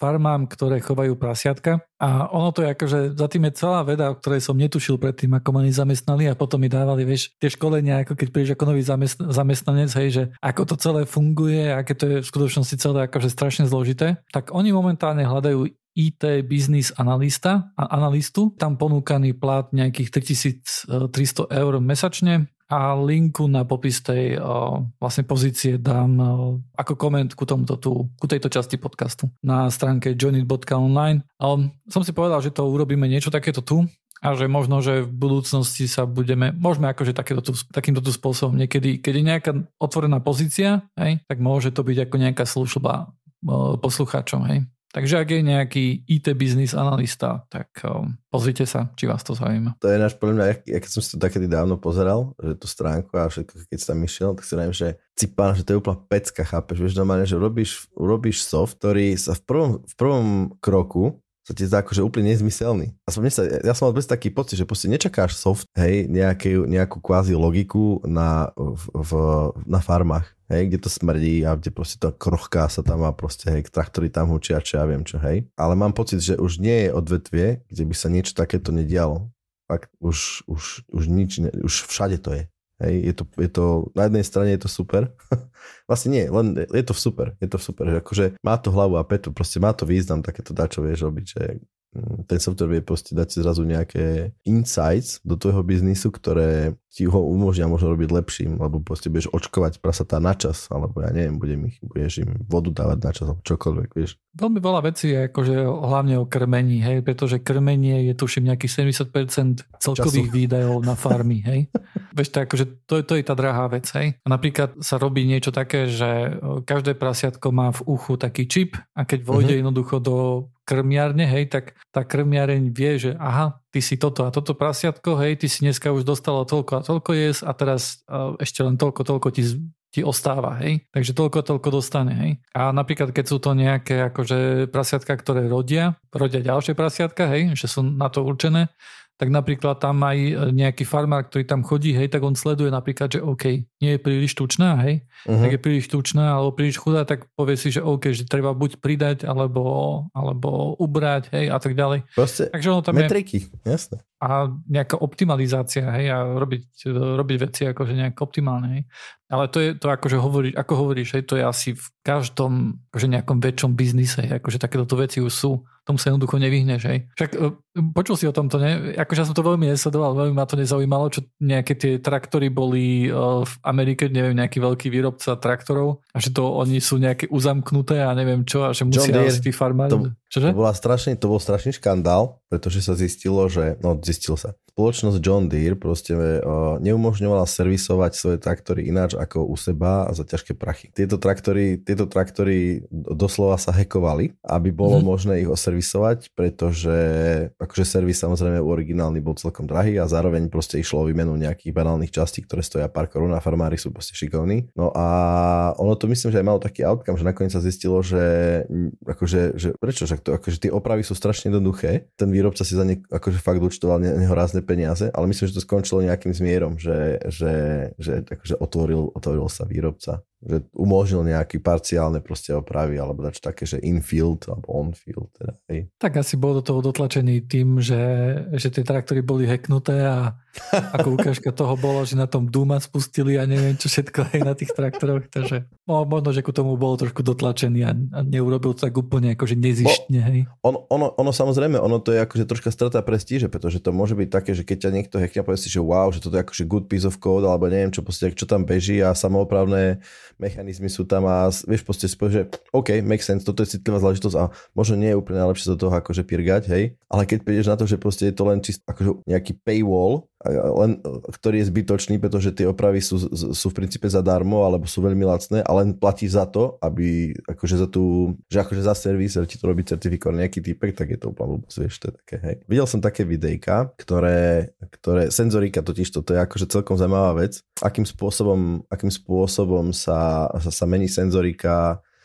B: farmám, ktoré chovajú prasiatka. A ono to je akože, za tým je celá veda, o ktorej som netušil predtým, ako ma zamestnali a potom mi dávali, vieš, tie školenia, ako keď prídeš ako nový zamest- zamestnanec, hej, že ako to celé funguje, aké to je v skutočnosti celé akože strašne zložité. Tak oni momentálne hľadajú í té business analista, analistu, tam ponúkaný plat nejakých tritisíctristo eur mesačne a linku na popis tej o, vlastne pozície dám o, ako koment ku, tomuto tu, ku tejto časti podcastu na stránke joinit bodka online. O, som si povedal, že to urobíme niečo takéto tu a že možno, že v budúcnosti sa budeme, môžeme akože takéto tu, takýmto tu spôsobom niekedy, keď je nejaká otvorená pozícia, hej, tak môže to byť ako nejaká služba o, poslucháčom, hej. Takže ak je nejaký í té business analista, tak um, pozrite sa, či vás to zaujíma.
C: To je náš, podľa mňa, ja keď som si to takedy dávno pozeral, že tú stránku a všetko, keď si tam išiel, tak si neviem, že cipán, že to je úplná pecka, chápeš? Vieš, normálne, že urobíš, urobíš soft, ktorý sa v prvom, v prvom kroku sa ti zdá akože úplne nezmyselný. A som, sa, ja som mal bez taký pocit, že proste nečakáš soft, hej, nejaký, nejakú kvázi logiku na, v, v, na farmách, hej, kde to smrdí a kde proste to krochká sa tam a proste, hej, traktory tam hučia, čo ja viem čo, hej. Ale mám pocit, že už nie je odvetvie, kde by sa niečo takéto nedialo. Fakt, už, už, už nič, ne, už všade to je. Hej, je to, je to, na jednej strane je to super. Vlastne nie, len je to super. Je to super, že akože má to hlavu a petu, proste má to význam, takéto dačo vieš robiť, že ten software vie proste dať si zrazu nejaké insights do tvojho biznisu, ktoré ti ho umožnia možno robiť lepším, lebo proste budeš očkovať prasatá na čas, alebo ja neviem, budem ich, budeš im vodu dávať na čas, alebo čokoľvek, vieš. Veľmi
B: veľa vecí je akože hlavne o krmení, hej, pretože krmenie je tuším nejakých sedemdesiat percent celkových Času. výdajov na farmy, hej. Vieš, to, akože, to, to je tá drahá vec, hej. A napríklad sa robí niečo také, že každé prasiatko má v uchu taký čip a keď vojde uh-huh. jednoducho do krmiarne, hej, tak tá krmiareň vie, že aha, ty si toto a toto prasiatko, hej, ty si dneska už dostala toľko a toľko jesť a teraz uh, ešte len toľko, toľko ti, ti ostáva, hej. Takže toľko a toľko dostane, hej. A napríklad, keď sú to nejaké akože prasiatka, ktoré rodia, rodia ďalšie prasiatka, hej, že sú na to určené, tak napríklad tam aj nejaký farmár, ktorý tam chodí, hej, tak on sleduje napríklad, že OK, nie je príliš tučná, hej, uh-huh. tak je príliš tučná alebo príliš chudá, tak povie si, že OK, že treba buď pridať, alebo, alebo ubrať, hej, a tak ďalej.
C: Proste Takže ono tam metriky, je, jasné.
B: A nejaká optimalizácia, hej, a robiť, robiť veci akože nejak optimálne, hej. Ale to je to akože hovoríš, ako hovoríš, hej, to je asi v každom akože nejakom väčšom biznise, hej, akože takéto veci už sú. Tomu sa jednoducho nevyhneš, hej. Však počul si o tomto, ne? Akože ja som to veľmi nesledoval, veľmi ma to nezaujímalo, čo nejaké tie traktory boli v Amerike, neviem, nejaký veľký výrobca traktorov a že to oni sú nejaké uzamknuté a neviem čo a že musia tí farmári.
C: To, to, bola strašný, to bol strašný škandál, pretože sa zistilo, že, no zistil sa, spoločnosť John Deere proste uh, neumožňovala servisovať svoje traktory ináč ako u seba za ťažké prachy. Tieto traktory, tieto traktory doslova sa hackovali, aby bolo mm. možné ich oservisovať, pretože akože servis samozrejme originálny bol celkom drahý a zároveň proste išlo o výmenu nejakých banálnych častí, ktoré stoja pár korún a farmári sú proste šikovní. No a ono to myslím, že aj malo taký outcome, že nakoniec sa zistilo, že akože, že prečo, že to, akože tie opravy sú strašne jednoduché. Ten výrobca si za ne akože fakt účtoval nehorázne peniaze, ale myslím, že to skončilo nejakým zmierom, že, že, že akože otvoril, otvoril sa výrobca, že umožnil nejaký parciálne proste opravy, alebo dačo také, že in-field, alebo on-field. Teda, hej.
B: Tak asi bol do toho dotlačený tým, že, že tie traktory boli hacknuté a ako ukážka toho bolo, že na tom Duma spustili a neviem čo všetko aj na tých traktoroch, takže no, možno, že ku tomu bolo trošku dotlačený a, a neurobil to tak úplne akože nezištne, hej.
C: Ono, ono, ono samozrejme, ono to je akože troška strata prestíže, pretože to môže byť také, že keď ťa niekto hackne a povie si, že wow, že toto je akože good piece of code, alebo neviem čo, proste, čo tam beží a samoopravné mechanizmy sú tam a vieš proste spôj, že OK, make sense, toto je citlivá záležitosť a možno nie je úplne najlepšie do toho akože pirgať, hej, ale keď prídeš na to, že proste je to len čisto akože nejaký paywall, len, ktorý je zbytočný, pretože tie opravy sú, sú v princípe zadarmo alebo sú veľmi lacné a len platí za to, aby akože za tú, že akože za servis ti to robí certifikovaný nejaký týpek, tak je to úplne vôbec, vieš, to je také, hej. Videl som také videjka, ktoré, ktoré senzorika totiž to, to je akože celkom zaujímavá vec, akým spôsobom, akým spôsobom sa, sa, sa mení senzorika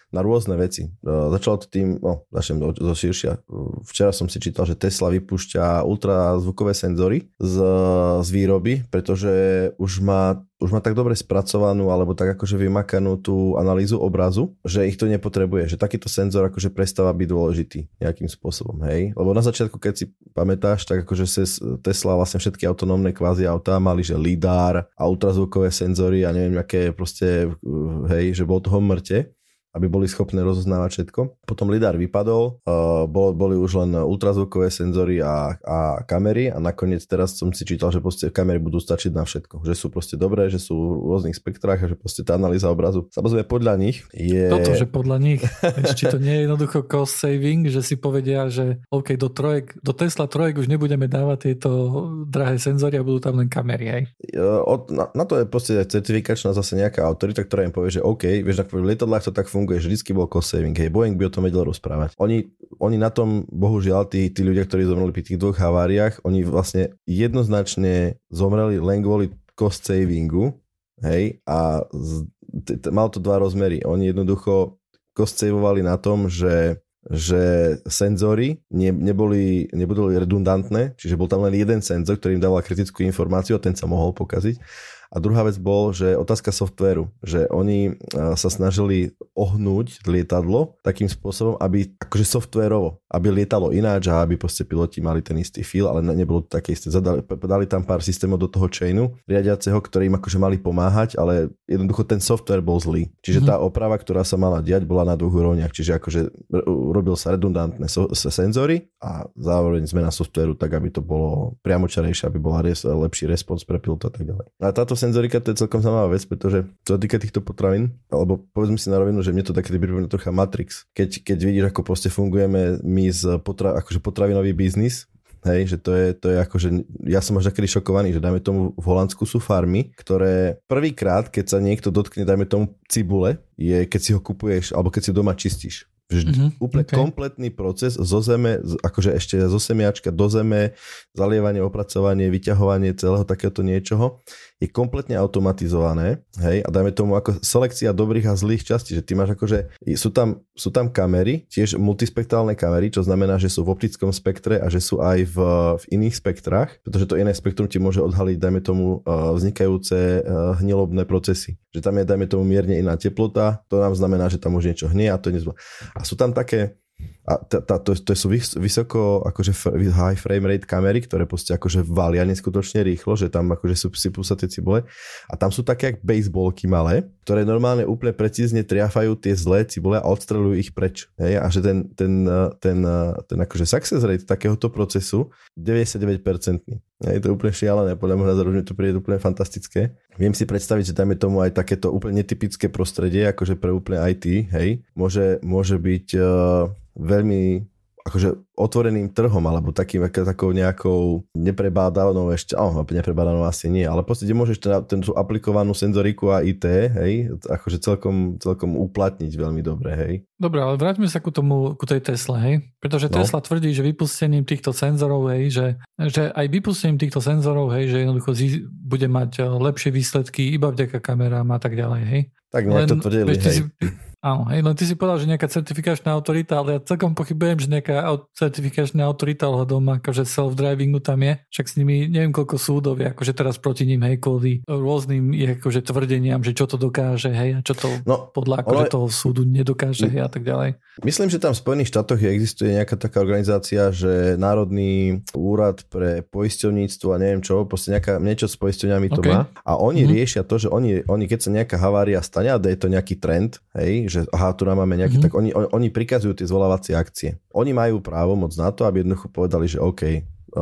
C: na rôzne veci. Začalo to tým, no, začnem zo širšia. Včera som si čítal, že Tesla vypúšťa ultrazvukové senzory z, z výroby, pretože už má už má tak dobre spracovanú alebo tak akože vymakanú tú analýzu obrazu, že ich to nepotrebuje, že takýto senzor akože prestáva byť dôležitý nejakým spôsobom, hej. Lebo na začiatku, keď si pamätáš, tak akože Tesla vlastne všetky autonómne kvázi autá mali, že lidar a ultrazvukové senzory a neviem, aké proste, hej, že bol toho mŕte, aby boli schopné rozoznávať všetko. Potom lidar vypadol, uh, bol, boli už len ultrazvukové senzory a, a kamery a nakoniec teraz som si čítal, že proste kamery budú stačiť na všetko. Že sú proste dobré, že sú v rôznych spektrách a že proste tá analýza obrazu. Samozrejme podľa nich je...
B: Toto, že podľa nich. Ešte to nie je jednoducho cost saving, že si povedia, že OK, do, trojek, do Tesla trojek už nebudeme dávať tieto drahé senzory a budú tam len kamery, hej?
C: Uh, od, na, na to je proste certifikačná zase nejaká autorita, ktorá im povie, že OK, vieš, v lietadlách to tak funguje, že vždycky bol cost saving. Hej, Boeing by o tom vedel rozprávať. Oni, oni na tom, bohužiaľ, tí, tí ľudia, ktorí zomreli pri tých dvoch haváriách, oni vlastne jednoznačne zomreli len kvôli cost savingu, hej, a z, t, t, mal to dva rozmery. Oni jednoducho cost savovali na tom, že že senzory ne, neboli, neboli redundantné, čiže bol tam len jeden senzor, ktorý im dával kritickú informáciu a ten sa mohol pokaziť. A druhá vec bol, že otázka softvéru, že oni sa snažili ohnúť lietadlo takým spôsobom, aby akože softvérovo, aby lietalo ináč a aby proste piloti mali ten istý feel, ale nebolo to také isté. Zadali, dali tam pár systémov do toho chainu riadiaceho, ktorým akože mali pomáhať, ale jednoducho ten software bol zlý. Čiže mm-hmm. tá oprava, ktorá sa mala diať, bola na dvoch úrovniach. Čiže akože robil sa redundantné so, senzory a zároveň zmena softvéru tak, aby to bolo priamočarejšie, aby bola res, lepší respons pre pilota a tak ďalej. A táto senzorika, to je celkom zaujímavá vec, pretože čo sa týka týchto potravín, alebo povedzme si na rovinu, že mne to také pripomína trocha Matrix. Keď, keď vidíš, ako proste fungujeme my z potra, akože potravinový biznis, hej, že to je, to je akože, ja som až takedy šokovaný, že dajme tomu v Holandsku sú farmy, ktoré prvýkrát, keď sa niekto dotkne, dajme tomu cibule, je keď si ho kupuješ, alebo keď si doma čistíš. Vždy, mm-hmm, úplne okay. Kompletný proces zo zeme, akože ešte zo semiačka do zeme, zalievanie, opracovanie, vyťahovanie celého takéhoto niečoho je kompletne automatizované, hej, a dajme tomu ako selekcia dobrých a zlých častí, že ty máš akože, sú tam, sú tam kamery, tiež multispektrálne kamery, čo znamená, že sú v optickom spektre a že sú aj v, v iných spektrách, pretože to iné spektrum ti môže odhaliť, dajme tomu, vznikajúce hnilobné procesy. Že tam je, dajme tomu, mierne iná teplota, to nám znamená, že tam už niečo hnie a to je nezvlá. A sú tam také, a t- t- to, to sú vysoko akože high frame rate kamery, ktoré proste akože valia neskutočne rýchlo, že tam akože sú sypú sa tie cibule a tam sú také jak baseballky malé, ktoré normálne úplne precízne triafajú tie zlé cibule a odstreľujú ich preč. Hej? A že ten, ten, ten, ten akože success rate takéhoto procesu deväťdesiatdeväť percent. Je to úplne šialené, podľa môjho názoru, že to príde úplne fantastické. Viem si predstaviť, že dajme tomu aj takéto úplne netypické prostredie, akože pre úplne í té, hej, môže, môže byť uh, veľmi akože otvoreným trhom, alebo takým, takou nejakou neprebádanou ešte, oh, neprebádanou asi nie, ale proste, kde môžeš ten, ten, tú aplikovanú senzoriku a í té, hej, akože celkom, celkom uplatniť veľmi dobre, hej.
B: Dobre, ale vráťme sa ku tomu, ku tej Tesle, hej, pretože no. Tesla tvrdí, že vypustením týchto senzorov, hej, že, že aj vypustením týchto senzorov, hej, že jednoducho zi, bude mať lepšie výsledky iba vďaka kamerám a tak ďalej, hej.
C: Tak nejak to tvrdili, hej.
B: Si, áno, hej, len ty si povedal, že nejaká certifikačná autorita, ale ja celkom pochybujem, že nejaká certifikačná autorita ohľadom akože self-drivingu tam je. Však s nimi neviem koľko súdov je akože teraz proti ním, hej, kvôli rôznym akože tvrdeniam, že čo to dokáže, hej, a čo to no, podľa akože ale... toho súdu nedokáže, hej, a tak ďalej.
C: Myslím, že tam v Spojených štátoch existuje nejaká taká organizácia, že Národný úrad pre poisťovníctvo a neviem čo, proste nejaká, niečo s poisťovňami to okay. má a oni mm-hmm. riešia to, že oni, oni keď sa nejaká havária stane a je to nejaký trend, hej, že aha, tu máme nejaký, mm-hmm. tak oni, oni, oni prikazujú tie zvolávacie akcie. Oni majú právo moc na to, aby jednoducho povedali, že OK, uh,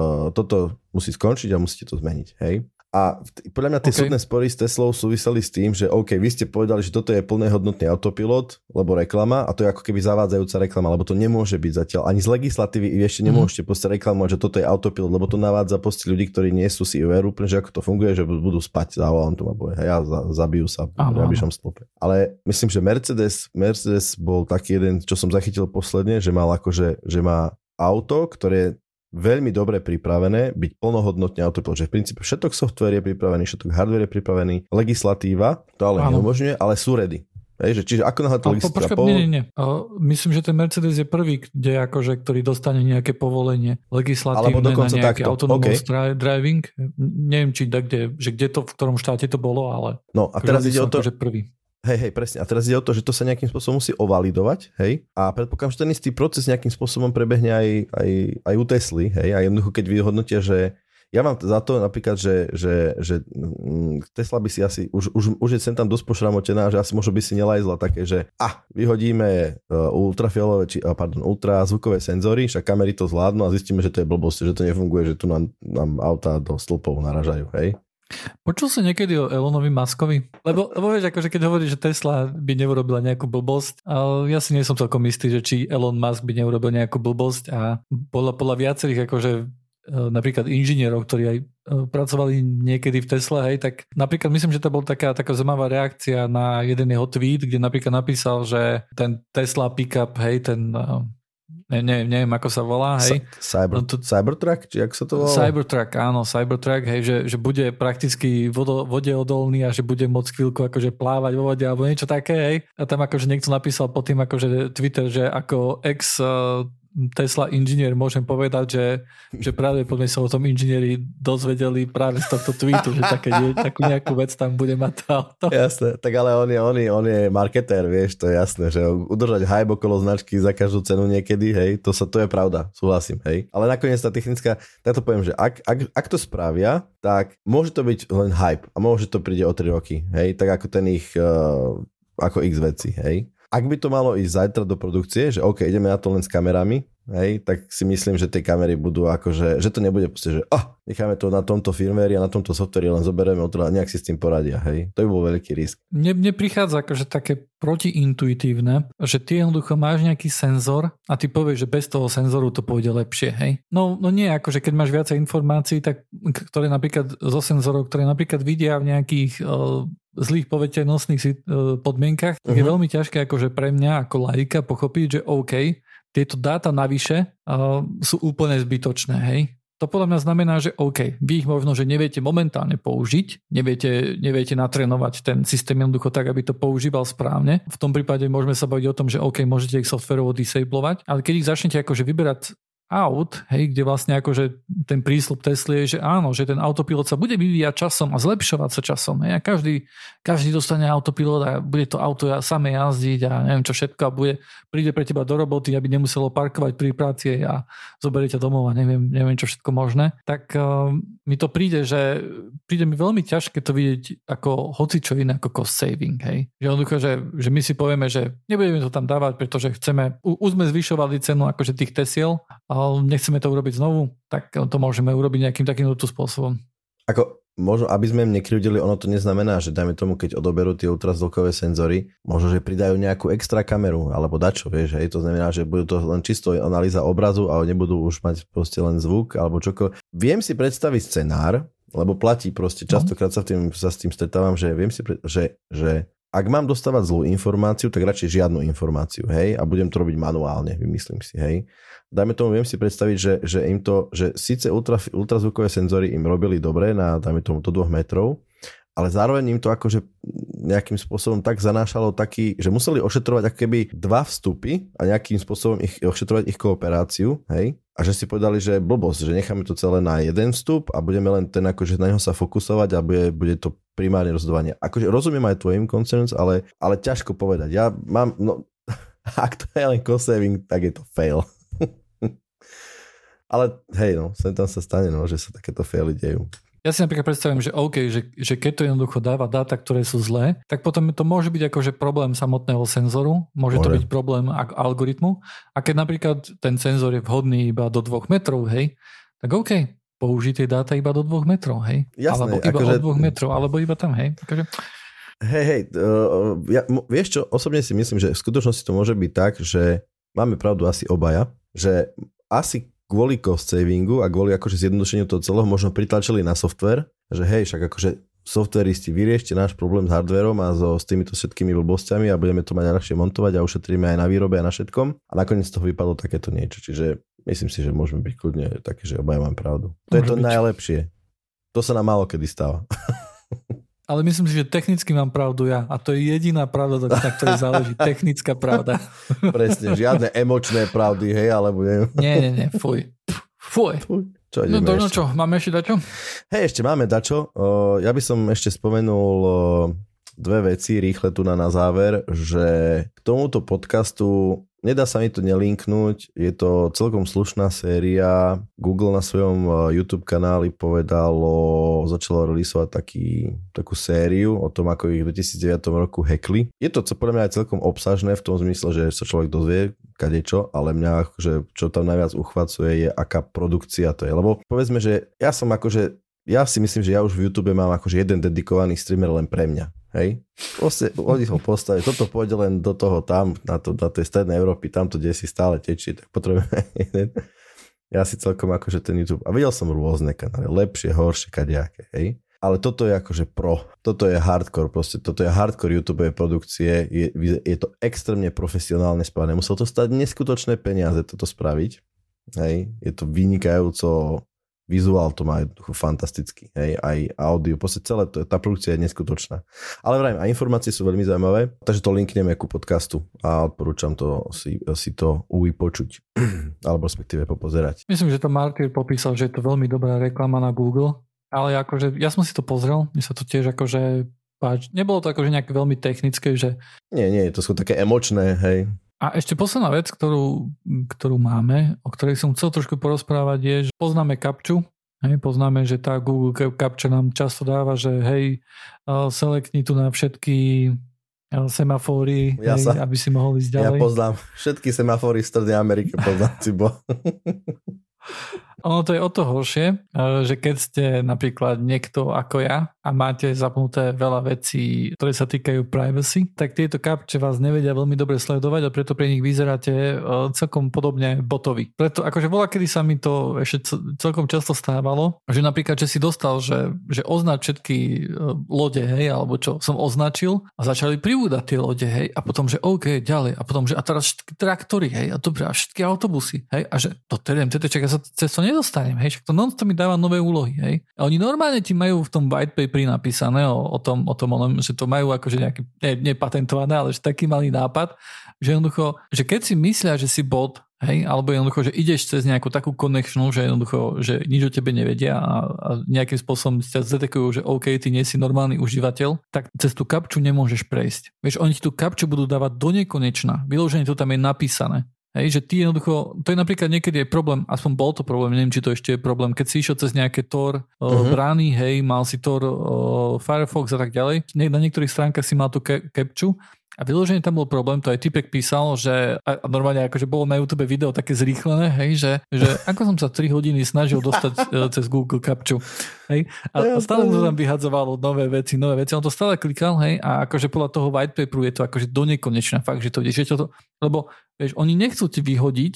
C: toto musí skončiť a musíte to zmeniť, hej. A podľa mňa tie okay. súdne spory s Teslou súviseli s tým, že OK, vy ste povedali, že toto je plnohodnotný autopilot, lebo reklama, a to je ako keby zavádzajúca reklama, lebo to nemôže byť zatiaľ. Ani z legislatívy ešte nemôžete mm. proste reklamovať, že toto je autopilot, lebo to navádza proste ľudí, ktorí nie sú si aware úplne, že ako to funguje, že budú spať za volantom a bude, hej, a zabijú sa na vyššom stĺpe. Ale myslím, že Mercedes, Mercedes bol taký jeden, čo som zachytil posledne, že mal akože, že má auto, ktoré veľmi dobre pripravené, byť plnohodnotne autopilot, že v princípe všetok software je pripravený, všetok hardware je pripravený, legislatíva to ale neumožňuje, ale sú ready. Hej, že čiže ako náhle to legislatíva...
B: Počkaj, nie, nie, nie. Myslím, že ten Mercedes je prvý, kde akože, ktorý dostane nejaké povolenie legislatívne na nejaký autonomous okay. driving. Neviem, či da, kde, že kde to, v ktorom štáte to bolo, ale...
C: No a teraz ide o to...
B: Akože prvý.
C: Hej, hej, presne. A teraz ide o to, že to sa nejakým spôsobom musí ovalidovať, hej. A predpokladám, že ten istý proces nejakým spôsobom prebehne aj, aj, aj u Tesly, hej. A jednoducho, keď vyhodnotia, že ja mám za to napríklad, že, že, že Tesla by si asi, už, už, už je sem tam dosť pošramotená, že asi možno by si nelajzla také, že a, vyhodíme ultrafialové, či, pardon, ultrazvukové senzory, však kamery to zvládnu a zistíme, že to je blbosť, že to nefunguje, že tu nám, nám auta do stĺpov naražajú, hej.
B: Počul si niekedy o Elonovi Muskovi? Lebo, lebo vieš, akože keď hovorí, že Tesla by neurobila nejakú blbosť, ale ja si nie som celkom istý, že či Elon Musk by neurobil nejakú blbosť a podľa, podľa viacerých akože napríklad inžinierov, ktorí aj pracovali niekedy v Tesle, hej, tak napríklad myslím, že to bola taká, taká zaujímavá reakcia na jeden jeho tweet, kde napríklad napísal, že ten Tesla pickup, hej, ten ne, ne, neviem, ako sa volá, hej.
C: Cyber, no to, Cybertruck, či ako sa to volá?
B: Cybertruck, áno, Cybertruck, hej, že, že bude prakticky vodo, vodeodolný a že bude môcť chvíľku akože plávať vo vode alebo niečo také, hej. A tam akože niekto napísal pod tým akože Twitter, že ako ex Tesla inžinier môžem povedať, že, že pravdepodobne sa o tom inžinieri dozvedeli práve z tohto tweetu, že také, takú nejakú vec tam bude mať to auto.
C: Jasné, tak ale on je, on je, on je marketér, vieš, to je jasné, že udržať hype okolo značky za každú cenu niekedy, hej, to, sa, to je pravda, súhlasím, hej. Ale nakoniec tá technická, tak to poviem, že ak, ak, ak to spravia, tak môže to byť len hype a môže to príde o tri roky, hej, tak ako ten ich, uh, ako x veci, hej. Ak by to malo ísť zajtra do produkcie, že OK, ideme na to len s kamerami, hej, tak si myslím, že tie kamery budú akože, že to nebude proste, že oh, necháme to na tomto firmware a na tomto softveri len zoberieme, nejak si s tým poradia, hej. To by bol veľký risk.
B: Mne, mne prichádza akože také protiintuitívne, že ty jednoducho máš nejaký senzor a ty povieš, že bez toho senzoru to pôjde lepšie, hej. No, no nie, akože keď máš viacej informácií, tak ktoré napríklad zo senzorov, ktoré napríklad vidia v nejakých uh, zlých poveternostných uh, podmienkach, tak uh-huh. je veľmi ťažké akože pre mňa ako laika pochopiť, že OK, tieto dáta navyše uh, sú úplne zbytočné, hej. To podľa mňa znamená, že OK, vy ich možno, že neviete momentálne použiť, neviete, neviete natrénovať ten systém jednoducho tak, aby to používal správne. V tom prípade môžeme sa baviť o tom, že OK, môžete ich softverovo disablovať, ale keď ich začnete akože vyberať aut, hej, kde vlastne akože ten prísľub Tesly je, že áno, že ten autopilot sa bude vyvíjať časom a zlepšovať sa časom. Hej, a každý, každý dostane autopilot a bude to auto samé jazdiť a neviem čo všetko a bude, príde pre teba do roboty, aby nemuselo parkovať pri práci a zoberie ťa domov a neviem, neviem čo všetko možné. Tak uh, mi to príde, že príde mi veľmi ťažké to vidieť ako hocičo iné ako cost saving. Hej. Že, že, že my si povieme, že nebudeme to tam dávať, pretože chceme, už sme zvyšovali cenu akože tých Tesiel, ale nechceme to urobiť znovu, tak to môžeme urobiť nejakým takýmto spôsobom.
C: Ako možno, aby sme im nekryvdili, ono to neznamená, že dajme tomu, keď odoberú tie ultrazvukové senzory, možno, že pridajú nejakú extra kameru, alebo dačo, vieš, hej, to znamená, že budú to len čisto analýza obrazu a nebudú už mať proste len zvuk, alebo čokoľvek. Viem si predstaviť scenár, lebo platí proste, častokrát sa, tým, sa s tým stretávam, že viem si, pre, že, že ak mám dostávať zlú informáciu, tak radšej žiadnu informáciu, hej, a budem to robiť manuálne, vymyslím si, hej. Dajme tomu, viem si predstaviť, že, že im to, že síce ultra, ultrazvukové senzory im robili dobre na, dajme tomu, do dvoch metrov, ale zároveň im to akože nejakým spôsobom tak zanášalo taký, že museli ošetrovať ako keby dva vstupy a nejakým spôsobom ich, ošetrovať ich kooperáciu, hej, a že si povedali, že blbosť, že necháme to celé na jeden vstup a budeme len ten akože na neho sa fokusovať a bude, bude to primárne rozhodovanie. Akože rozumiem aj tvojim concerns, ale, ale ťažko povedať. Ja mám, no, ak to je len cost saving, tak je to fail. Ale hej, no, sem tam sa stane, no, že sa takéto faily dejú.
B: Ja si napríklad predstavím, že OK, že, že keď to jednoducho dáva dáta, ktoré sú zlé, tak potom to môže byť akože problém samotného senzoru, môže to byť problém algoritmu. A keď napríklad ten senzor je vhodný iba do dvoch metrov, hej, tak OK, použij tie dáta iba do dvoch metrov, hej.
C: Jasné,
B: alebo iba
C: akože
B: od dvoch metrov, alebo iba tam, hej. Takže...
C: Hej, hej, uh, ja, vieš čo, osobne si myslím, že v skutočnosti to môže byť tak, že máme pravdu asi obaja, že asi kvôli cost savingu a kvôli akože zjednodušeniu toho celého možno pritlačili na software, že hej, však akože softveristi, vyriešte náš problém s hardverom a so, s týmito všetkými blbosťami a budeme to mať najľahšie montovať a ušetríme aj na výrobe a na všetkom. A nakoniec z toho vypadlo takéto niečo. Čiže myslím si, že môžeme byť kľudne také, že obaja mám pravdu. To Môže je to byť. Najlepšie. To sa nám málo kedy stáva.
B: Ale myslím si, že technicky mám pravdu ja. A to je jediná pravda, na ktorej záleží. Technická pravda.
C: Presne, žiadne emočné pravdy, hej, alebo neviem.
B: Nie, nie, nie, fuj. Fuj.
C: Čo
B: no, do, no čo, máme ešte dačo?
C: Hej, ešte máme dačo. Uh, ja by som ešte spomenul uh, dve veci rýchle tu na, na záver, že k tomuto podcastu nedá sa mi to nelinknúť, je to celkom slušná séria. Google na svojom YouTube kanáli povedalo, začalo releasovať taký, takú sériu o tom, ako ich v dvetisícdeväť roku hackli. Je to co podľa mňa aj celkom obsažné v tom zmysle, že sa človek dozvie kadečo, ale mňa akože, čo tam najviac uchvacuje je, aká produkcia to je. Lebo povedzme, že ja som akože, ja si myslím, že ja už v YouTube mám akože jeden dedikovaný streamer len pre mňa. Hej? Proste, oni ho postavili, toto pôjde len do toho tam, na, to, na tej strednej Európy, tamto, kde si stále tečí, tak potrebujeme jeden. Ja si celkom akože ten YouTube, a videl som rôzne kanály, lepšie, horšie, kadejaké, hej. Ale toto je akože pro, toto je hardcore, proste, toto je hardcore YouTube produkcie, je, je to extrémne profesionálne spravené, musel to stať neskutočné peniaze toto spraviť, hej, je to vynikajúco. Vizuál to má fantastický, hej, aj audio, proste celé to, tá produkcia je neskutočná. Ale vrajím, a informácie sú veľmi zaujímavé, takže to linkneme ku podcastu a odporúčam to si, si to uvypočuť, alebo respektíve popozerať.
B: Myslím, že to Martyr popísal, že je to veľmi dobrá reklama na Google, ale akože ja som si to pozrel, mi sa to tiež akože páči. Nebolo to akože nejaké veľmi technické, že... Nie,
C: nie, to sú také emočné, hej.
B: A ešte posledná vec, ktorú, ktorú máme, o ktorej som chcel trošku porozprávať, je, že poznáme kapču. Hej, poznáme, že tá Google kapča nám často dáva, že hej, selektni tu na všetky semafóry,
C: ja
B: hej,
C: sa,
B: aby si mohol ísť ďalej.
C: Ja poznám všetky semafóry v Strednej Amerike, poznám si bo.
B: Ono to je o to horšie, že keď ste napríklad niekto ako ja a máte zapnuté veľa vecí, ktoré sa týkajú privacy, tak tieto kapče vás nevedia veľmi dobre sledovať a preto pre nich vyzeráte celkom podobne botovi. Preto akože bola, kedy sa mi to ešte celkom často stávalo, že napríklad, že si dostal, že, že označ všetky lode, hej, alebo čo som označil a začali pribúdať tie lode, hej, a potom, že OK, ďalej, a potom, že a teraz všetky traktory, hej, a dobre, a všetky autobusy, hej, a že to terem, teteček, ja sa cez to nedostanem, hej, však to non-stop mi dáva nové úlohy, hej. A oni normálne ti majú v tom white paperi napísané o, o tom, o tom onom, že to majú akože nejaké, ne, nepatentované, ale že taký malý nápad, že jednoducho, že keď si myslia, že si bot, hej, alebo jednoducho, že ideš cez nejakú takú connectionu, že jednoducho, že nič o tebe nevedia a, a nejakým spôsobom ťa zdetekujú, že OK, ty nie si normálny užívateľ, tak cez tú kapču nemôžeš prejsť. Vieš, oni ti tú kapču budú dávať do nekonečna. Vyloženie to tam je napísané. Hej, že ty jednoducho, to je napríklad niekedy je problém, aspoň bol to problém, neviem, či to ešte je problém, keď si išiel cez nejaké Tor uh-huh. brány, hej, mal si Tor uh, Firefox a tak ďalej, na niektorých stránkach si mal tú capču a vyloženie tam bol problém, to aj typek písal, že a normálne akože bolo na YouTube video také zrýchlené, hej, že, že ako som sa tri hodiny snažil dostať uh, cez Google capču, hej, a, a stále to tam vyhadzovalo nové veci, nové veci, on to stále klikal, hej, a akože podľa toho white paperu je to akože do nekonečna, fakt, že to vieš, že to, lebo vieš, oni nechcú ti vyhodiť,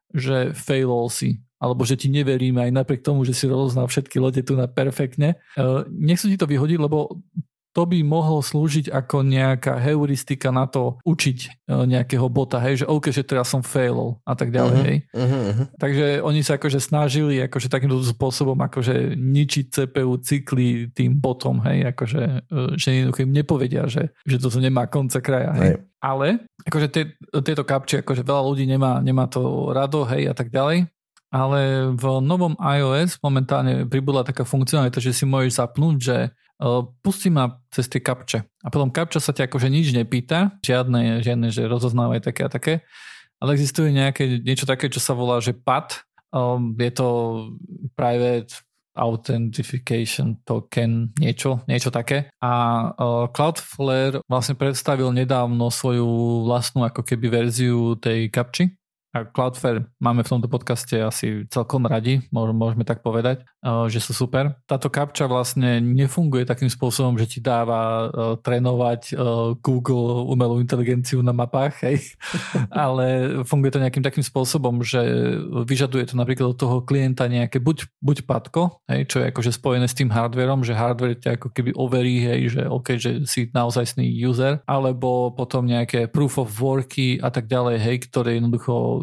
B: že failol si, alebo že ti neveríme aj napriek tomu, že si rozoznal všetky lode tu na perfektne. Uh, nechcú ti to vyhodiť, lebo to by mohlo slúžiť ako nejaká heuristika na to učiť uh, nejakého bota, hej, že OK, že teraz som failol a tak ďalej, uh-huh, hej. Uh-huh. Takže oni sa akože snažili akože takýmto spôsobom akože ničiť cé pé ú cykly tým botom, hej, akože uh, že im nepovedia, že, že toto nemá konca kraja, hej. Hej. Ale akože tie, tieto kapče, akože veľa ľudí nemá, nemá to rado, hej, a tak ďalej. Ale v novom iOS momentálne pribudla taká funkcionalita, že si môžeš zapnúť, že uh, pustí ma cez tie kapče. A potom kapča sa ťa akože nič nepýta, žiadne, žiadne, že rozoznávaj také a také. Ale existuje nejaké, niečo také, čo sa volá, že P A T. Um, je to Private Authentication Token, niečo, niečo také. A uh, Cloudflare vlastne predstavil nedávno svoju vlastnú ako keby verziu tej kapči. A Cloudflare máme v tomto podcaste asi celkom radi, môžeme tak povedať, že sú super. Táto kapča vlastne nefunguje takým spôsobom, že ti dáva trénovať Google umelú inteligenciu na mapách, hej? Ale funguje to nejakým takým spôsobom, že vyžaduje to napríklad od toho klienta nejaké buď, buď pátko, hej, čo je akože spojené s tým hardverom, že hardware ťa ako keby overí, hej, že OK, že si naozajstný user, alebo potom nejaké proof of worky a tak ďalej, hej, ktoré jednoducho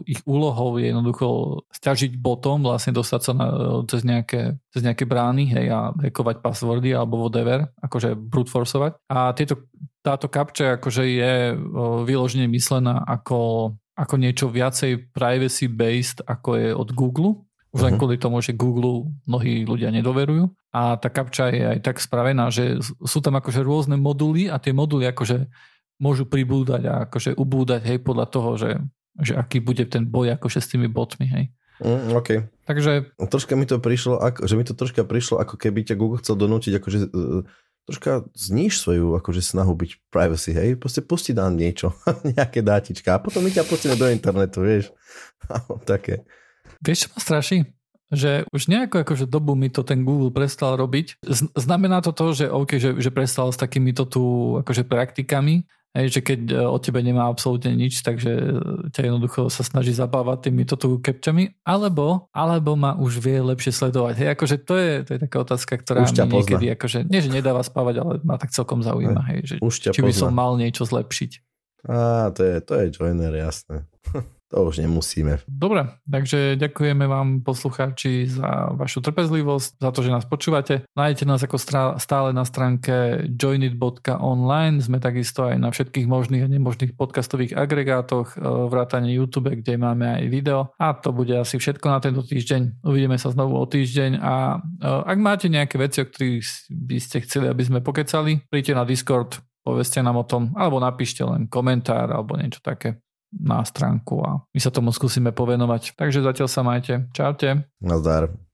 B: ich úlohou je jednoducho sťažiť botom, vlastne dostať sa na, cez, nejaké, cez nejaké brány, hej, a hackovať passwordy alebo whatever, akože brute forceovať. A tieto, táto captcha akože je vyložene myslená ako, ako niečo viacej privacy based, ako je od Google. Už len kvôli tomu, že Google mnohí ľudia nedoverujú. A tá captcha je aj tak spravená, že sú tam akože rôzne moduly a tie moduly akože môžu pribúdať a akože ubúdať, hej, podľa toho, že, že aký bude ten boj akože s tými botmi, hej.
C: Mm, OK.
B: Takže...
C: Troška mi to prišlo, ako, že mi to troška prišlo, ako keby ťa Google chcel donútiť, akože uh, troška zníž svoju akože snahu byť privacy, hej. Proste pusti nám niečo, nejaké dátička a potom my ťa pustíme do internetu, vieš. Také.
B: Vieš, čo ma straší? Že už nejako akože dobu mi to ten Google prestal robiť. Znamená to to, že OK, že, že prestal s takýmito tu akože praktikami, hej, že keď o tebe nemá absolútne nič, takže ťa jednoducho sa snaží zabávať týmito tu captchami, alebo, alebo ma už vie lepšie sledovať. Hej, akože to je, to je taká otázka, ktorá mi niekedy akože, nie že nedáva spávať, ale ma tak celkom zaujíma, hej, že či by som mal niečo zlepšiť.
C: Á, to je, to je joiner, jasné. To už nemusíme.
B: Dobre, takže ďakujeme vám, poslucháči, za vašu trpezlivosť, za to, že nás počúvate. Nájdete nás ako stále na stránke joinit bodka online. Sme takisto aj na všetkých možných a nemožných podcastových agregátoch, vrátane YouTube, kde máme aj video. A to bude asi všetko na tento týždeň. Uvidíme sa znovu o týždeň a ak máte nejaké veci, o ktorých by ste chceli, aby sme pokecali, príďte na Discord, povedzte nám o tom, alebo napíšte len komentár alebo niečo také na stránku a my sa tomu skúsime povenovať. Takže zatiaľ sa majte. Čaute.
C: Nazdar.